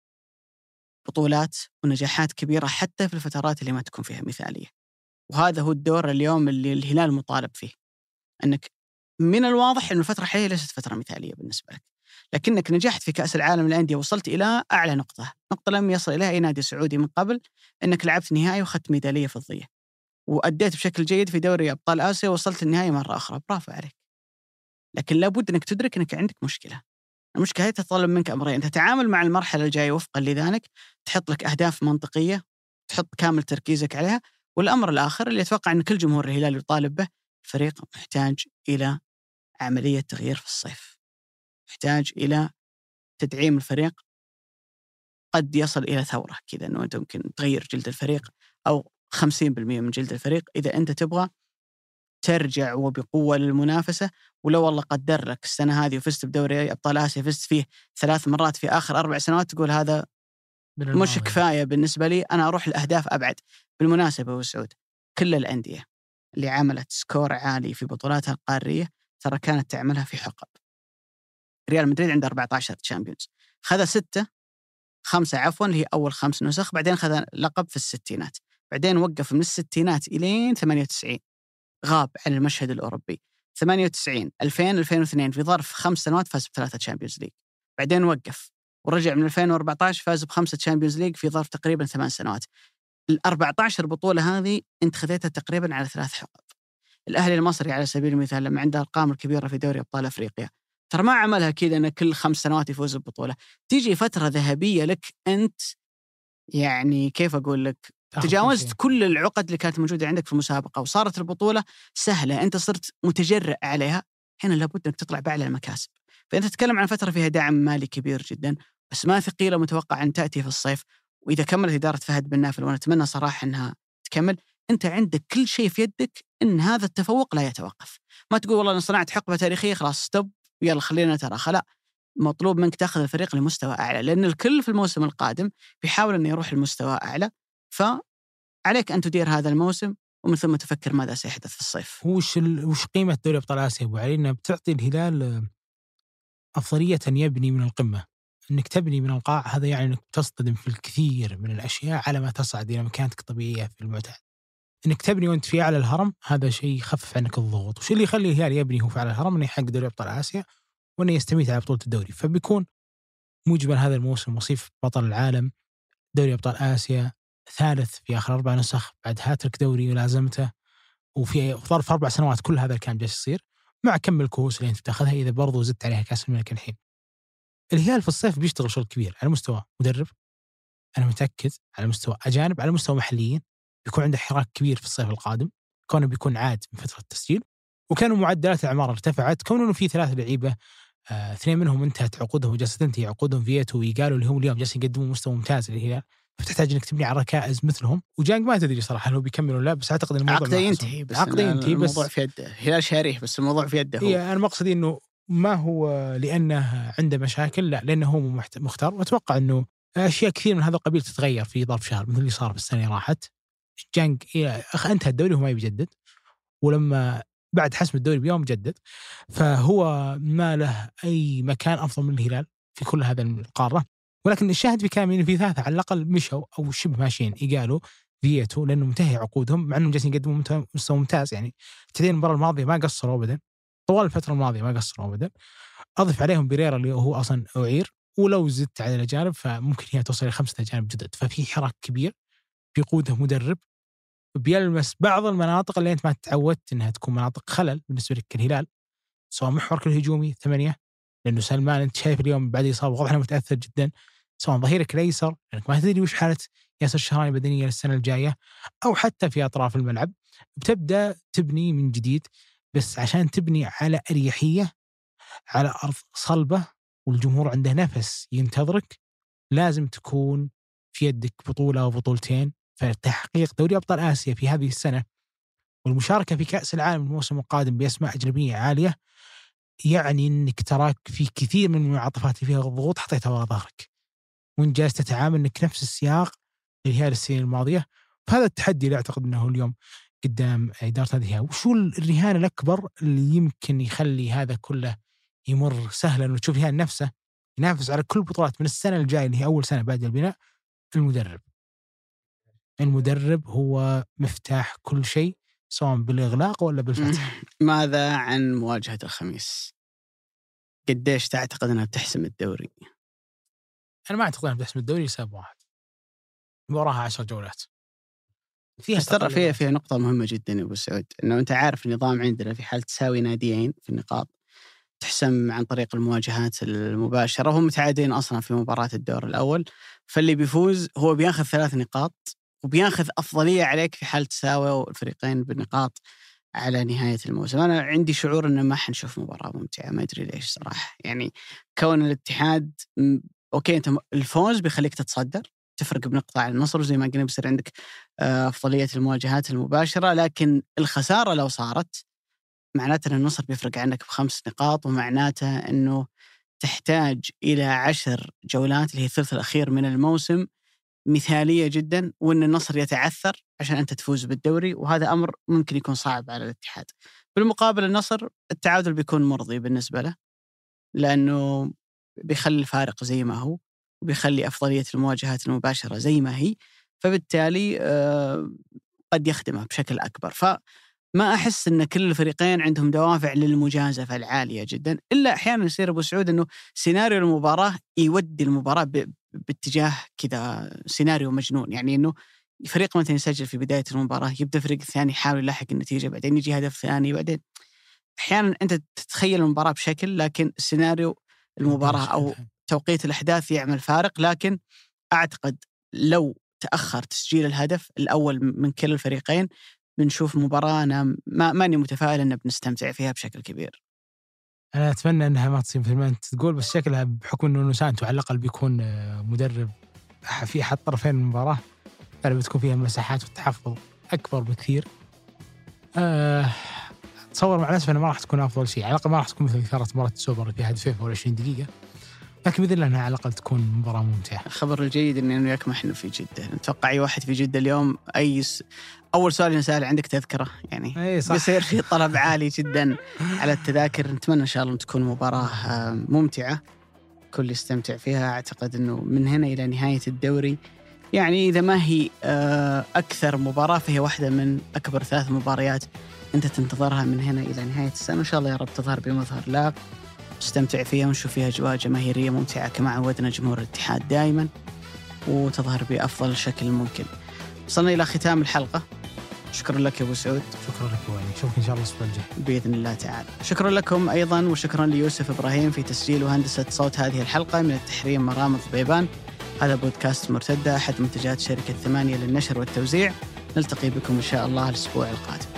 بطولات ونجاحات كبيرة حتى في الفترات اللي ما تكون فيها مثالية، وهذا هو الدور اليوم اللي الهلال مطالب فيه. أنك من الواضح أن الفترة الحالية ليست فترة مثالية بالنسبة لك، لكنك نجحت في كأس العالم للأندية، وصلت إلى أعلى نقطة، نقطة لم يصل إليها أي نادي سعودي من قبل، أنك لعبت نهائي وخدت ميدالية فضية، وأديت بشكل جيد في دوري أبطال آسيا، وصلت النهائي مرة أخرى، برافو عليك. لكن لابد أنك تدرك أنك عندك مشكلة. المشكلة هي تتطلب منك أمرين: تتعامل مع المرحلة الجاية وفقا لذلك، تحط لك أهداف منطقية تحط كامل تركيزك عليها. والأمر الآخر اللي أتوقع أن كل جمهور الهلال يطالب به، الفريق محتاج إلى عملية تغيير في الصيف، محتاج إلى تدعيم الفريق، قد يصل إلى ثورة كذا، أنه أنت ممكن تغير جلد الفريق أو خمسين بالمئة من جلد الفريق إذا أنت تبغى ترجع وبقوة للمنافسة. ولو والله قدر لك السنة هذه وفزت بدوري أبطال آسيا، فزت فيه ثلاث مرات في آخر أربع سنوات، تقول هذا مش كفاية بالنسبة لي، أنا أروح الأهداف أبعد. بالمناسبة والسعود، كل الأندية اللي عملت سكور عالي في بطولاتها القارية ترى كانت تعملها في حقب. ريال مدريد عنده أربعة عشر تشامبيونز، خذ ستة خمسة عفوا اللي هي أول خمس نسخ، بعدين خذ لقب في الستينات، بعدين وقف من الستينات إلين ثمانية وتسعين، غاب عن المشهد الأوروبي. ثمانية وتسعين ألفين ألفين واثنين في ظرف خمس سنوات فاز بثلاثة تشامبيونز ليج، بعدين وقف ورجع من ألفين وأربعة عشر فاز بخمسة تشامبيونز ليج في ظرف تقريبا ثمان سنوات. الأربعة عشر بطولة هذه أنت خذيتها تقريبا على ثلاث حقب. الأهلي المصري على سبيل المثال لما عنده الأرقام الكبيرة في دوري أبطال أفريقيا، ترى ما عملها كذا أن كل خمس سنوات يفوز ببطولة. تيجي فترة ذهبية لك أنت، يعني كيف أقول لك، تجاوزت كل العقد اللي كانت موجودة عندك في المسابقة وصارت البطولة سهلة، أنت صرت متجرئ عليها، هنا لابد أنك تطلع بأعلى المكاسب. فأنت تتكلم عن فترة فيها دعم مالي كبير جدا، أسماء ثقيلة متوقع أن تأتي في الصيف، وإذا كملت إدارة فهد بن نافل وأنا أتمنى صراحة أنها تكمل، أنت عندك كل شيء في يدك أن هذا التفوق لا يتوقف. ما تقول والله أنا صنعت حقبة تاريخية خلاص ستوب يلا خلينا نتراخى، لا، مطلوب منك تأخذ الفريق لمستوى أعلى، لأن الكل في الموسم القادم بيحاول أن يروح لمستوى أعلى، فعليك أن تدير هذا الموسم ومن ثم تفكر ماذا سيحدث في الصيف. وش ال... وش قيمة دوري أبطال آسيا أبو علي؟ إنها بتعطي الهلال أفضلية أن يبني من القمة، إنك تبني من القاع، هذا يعني إنك تصطدم في الكثير من الأشياء على ما تصعد إلى مكانتك الطبيعية في المعتاد. إنك تبني وأنت في أعلى الهرم هذا شيء يخفف عنك الضغوط، وش اللي يخلي الهلال يبني هو في أعلى الهرم؟ إنه يحقق دوري أبطال آسيا وإنه يستميت على بطولة الدوري، فبيكون مجمل هذا الموسم وصيف بطل العالم، دوري أبطال آسيا، ثالث في آخر أربع نسخ بعد هاتريك دوري ولازمته، وفي ظرف أربع سنوات كل هذا كان جالس يصير، مع كم الكؤوس اللي أنت بتاخذها إذا برضو زدت عليها كأس الملك الحين. الهلال في الصيف بيشتغل شغل كبير على مستوى مدرب، أنا متأكد على مستوى أجانب، على مستوى محليين بيكون عنده حراك كبير في الصيف القادم، كونه بيكون عاد من فترة التسجيل، وكانوا معدلات الأعمار ارتفعت، كونه إنه في ثلاث لعيبة آه، اثنين منهم انتهت عقودهم وجالسة تنتهي عقودهم، فيتو ويقالوا اللي هم اليوم جالسين يقدمون مستوى ممتاز للهلال، فتحتاج انك تبني على ركائز مثلهم. وجانج ما تدري صراحه هل هو بيكمل ولا لا، بس اعتقد الموضوع عقده ينتهي، بس عقده ينتهي، بس الموضوع في يده، الهلال شاريه بس الموضوع في يده هو. هي انا مقصدي انه ما هو لانه عنده مشاكل، لا لانه هو مختار، واتوقع انه اشياء كثير من هذا القبيل تتغير في ظرف شهر مثل اللي صار في السنه اللي راحت. جانج اخ انتهى الدوري وما يجدد، ولما بعد حسم الدوري بيوم جدد، فهو ما له اي مكان افضل من الهلال في كل هذا القاره. ولكن الشاهد بكامل في ثلاثة على الأقل مشوا أو شبه ماشيين، يقالوا فيتو لأنه منتهي عقودهم، مع أنهم جالسين يقدموا مستوى ممتاز، يعني تدين المباراة الماضية ما قصروا أبدا، طوال الفترة الماضية ما قصروا أبدا. أضف عليهم بيريرا اللي هو أصلا أعير، ولو زدت على الأجانب فممكن هي توصل إلى خمسة أجانب جدد، ففي حراك كبير بيقوده مدرب بيلمس بعض المناطق اللي أنت ما تعودت أنها تكون مناطق خلل بالنسبة لك الهلال، سواء محورك الهجومي ثمانية، لأنه سلمان أنت شايف اليوم بعد إصابة واضح أنه متأثر جدا، سواء ظهيرك الأيسر لأنك ما تدري وش حالة ياسر الشهراني بدنيا للسنة الجاية، أو حتى في أطراف الملعب بتبدأ تبني من جديد. بس عشان تبني على أريحية على أرض صلبة والجمهور عنده نفس ينتظرك، لازم تكون في يدك بطولة أو بطولتين، فتحقيق دوري أبطال آسيا في هذه السنة والمشاركة في كأس العالم الموسم القادم بأسماء أجنبية عالية، يعني أنك تراك في كثير من المعاطفات اللي فيها الضغوط حطيتها ورا ظهرك، وانت جالس تتعامل انك نفس السياق للهلال السنين الماضيه. فهذا التحدي اللي اعتقد انه اليوم قدام اداره هذه الهلال. وشو الرهان الاكبر اللي يمكن يخلي هذا كله يمر سهلا وتشوف الهلال نفسه ينافس على كل بطولات من السنه الجايه اللي هي اول سنه بعد البناء؟ المدرب. المدرب هو مفتاح كل شيء، سواء بالاغلاق ولا بالفتح. ماذا عن مواجهه الخميس؟ قديش تعتقد انها بتحسم الدوري؟ أنا ما أعتقد أنها بتحسم الدوري لسبب واحد، وراها عشر جولات فيها ترى فيها فيها نقطة مهمة جدا يا أبو سعود، إنه أنت عارف النظام عندنا في حال تساوي ناديين في النقاط تحسم عن طريق المواجهات المباشرة، وهم متعادلين أصلا في مباراة الدور الأول، فاللي بيفوز هو بياخذ ثلاث نقاط وبياخذ أفضلية عليك في حال تساوي الفريقين بالنقاط على نهاية الموسم. أنا عندي شعور إنه ما حنشوف مباراة ممتعة، ما أدري ليش صراحة. يعني كون الاتحاد أوكي أنت الفوز بيخليك تتصدر، تفرق بنقطة على النصر، وزي ما قلنا بيصير عندك أفضلية المواجهات المباشرة، لكن الخسارة لو صارت معناته أن النصر بيفرق عنك بخمس نقاط، ومعناته أنه تحتاج إلى عشر جولات اللي هي الثلث الأخير من الموسم مثالية جدا، وأن النصر يتعثر عشان أنت تفوز بالدوري، وهذا أمر ممكن يكون صعب على الاتحاد. بالمقابل النصر التعادل بيكون مرضي بالنسبة له، لأنه بيخلي الفارق زي ما هو، وبيخلي أفضلية المواجهات المباشرة زي ما هي، فبالتالي قد يخدمه بشكل أكبر. فما أحس أن كل الفريقين عندهم دوافع للمجازفة العالية جدا، إلا أحيانا يصير أبو سعود أنه سيناريو المباراة يودي المباراة باتجاه كذا سيناريو مجنون، يعني أنه فريق مثلا يسجل في بداية المباراة، يبدأ الفريق الثاني يحاول يلاحق النتيجة، بعدين يجي هدف ثاني، بعدين أحيانا أنت تتخيل المباراة بشكل، لكن السيناريو المباراة أو توقيت الأحداث يعمل فارق. لكن أعتقد لو تأخر تسجيل الهدف الأول من كل الفريقين بنشوف مباراة أنا ما ماني متفائل أن بنستمتع فيها بشكل كبير. أنا أتمنى أنها ما تصير مثل ما أنت تقول، بس شكلها بحكم أنه نوسانتو على الأقل بيكون مدرب في أحد طرفين المباراة، فلا بتكون فيها مساحات والتحفظ أكبر بكثير. أه أتصور مع الأسف أنها ما راح تكون أفضل شيء، على الأقل ما راح تكون مثل كرة مباراة السوبر فيها هدفين في عشرين دقيقة، لكن بإذن الله أنها على الأقل تكون مباراة ممتعة. الخبر الجيد إن أنا وياك ما إحنا في جدة، نتوقع أي واحد في جدة اليوم أي س... أول سؤال نسأل عندك تذكرة يعني بيصير في طلب عالي جدا على التذاكر. نتمنى إن شاء الله تكون مباراة ممتعة كل يستمتع فيها. أعتقد أنه من هنا إلى نهاية الدوري يعني إذا ما هي أكثر مباراة فهي واحدة من أكبر ثلاث مباريات أنت تنتظرها من هنا إلى نهاية السنة، إن شاء الله يا رب تظهر بمظهر لا نستمتع فيها ونشوف فيها أجواء جماهيرية ممتعة كما عودنا جمهور الاتحاد دائما، وتظهر بأفضل شكل ممكن. وصلنا إلى ختام الحلقة. شكرا لك يا أبو سعود. شكرا لك وعلي، نشوفك إن شاء الله الأسبوع الجاي بإذن الله تعالى. شكرا لكم أيضا، وشكرا ليوسف إبراهيم في تسجيل وهندسة صوت هذه الحلقة. من التحريم مرام ضبيبان. هذا بودكاست مرتدة، أحد منتجات شركة ثمانية للنشر والتوزيع. نلتقي بكم إن شاء الله الأسبوع القادم.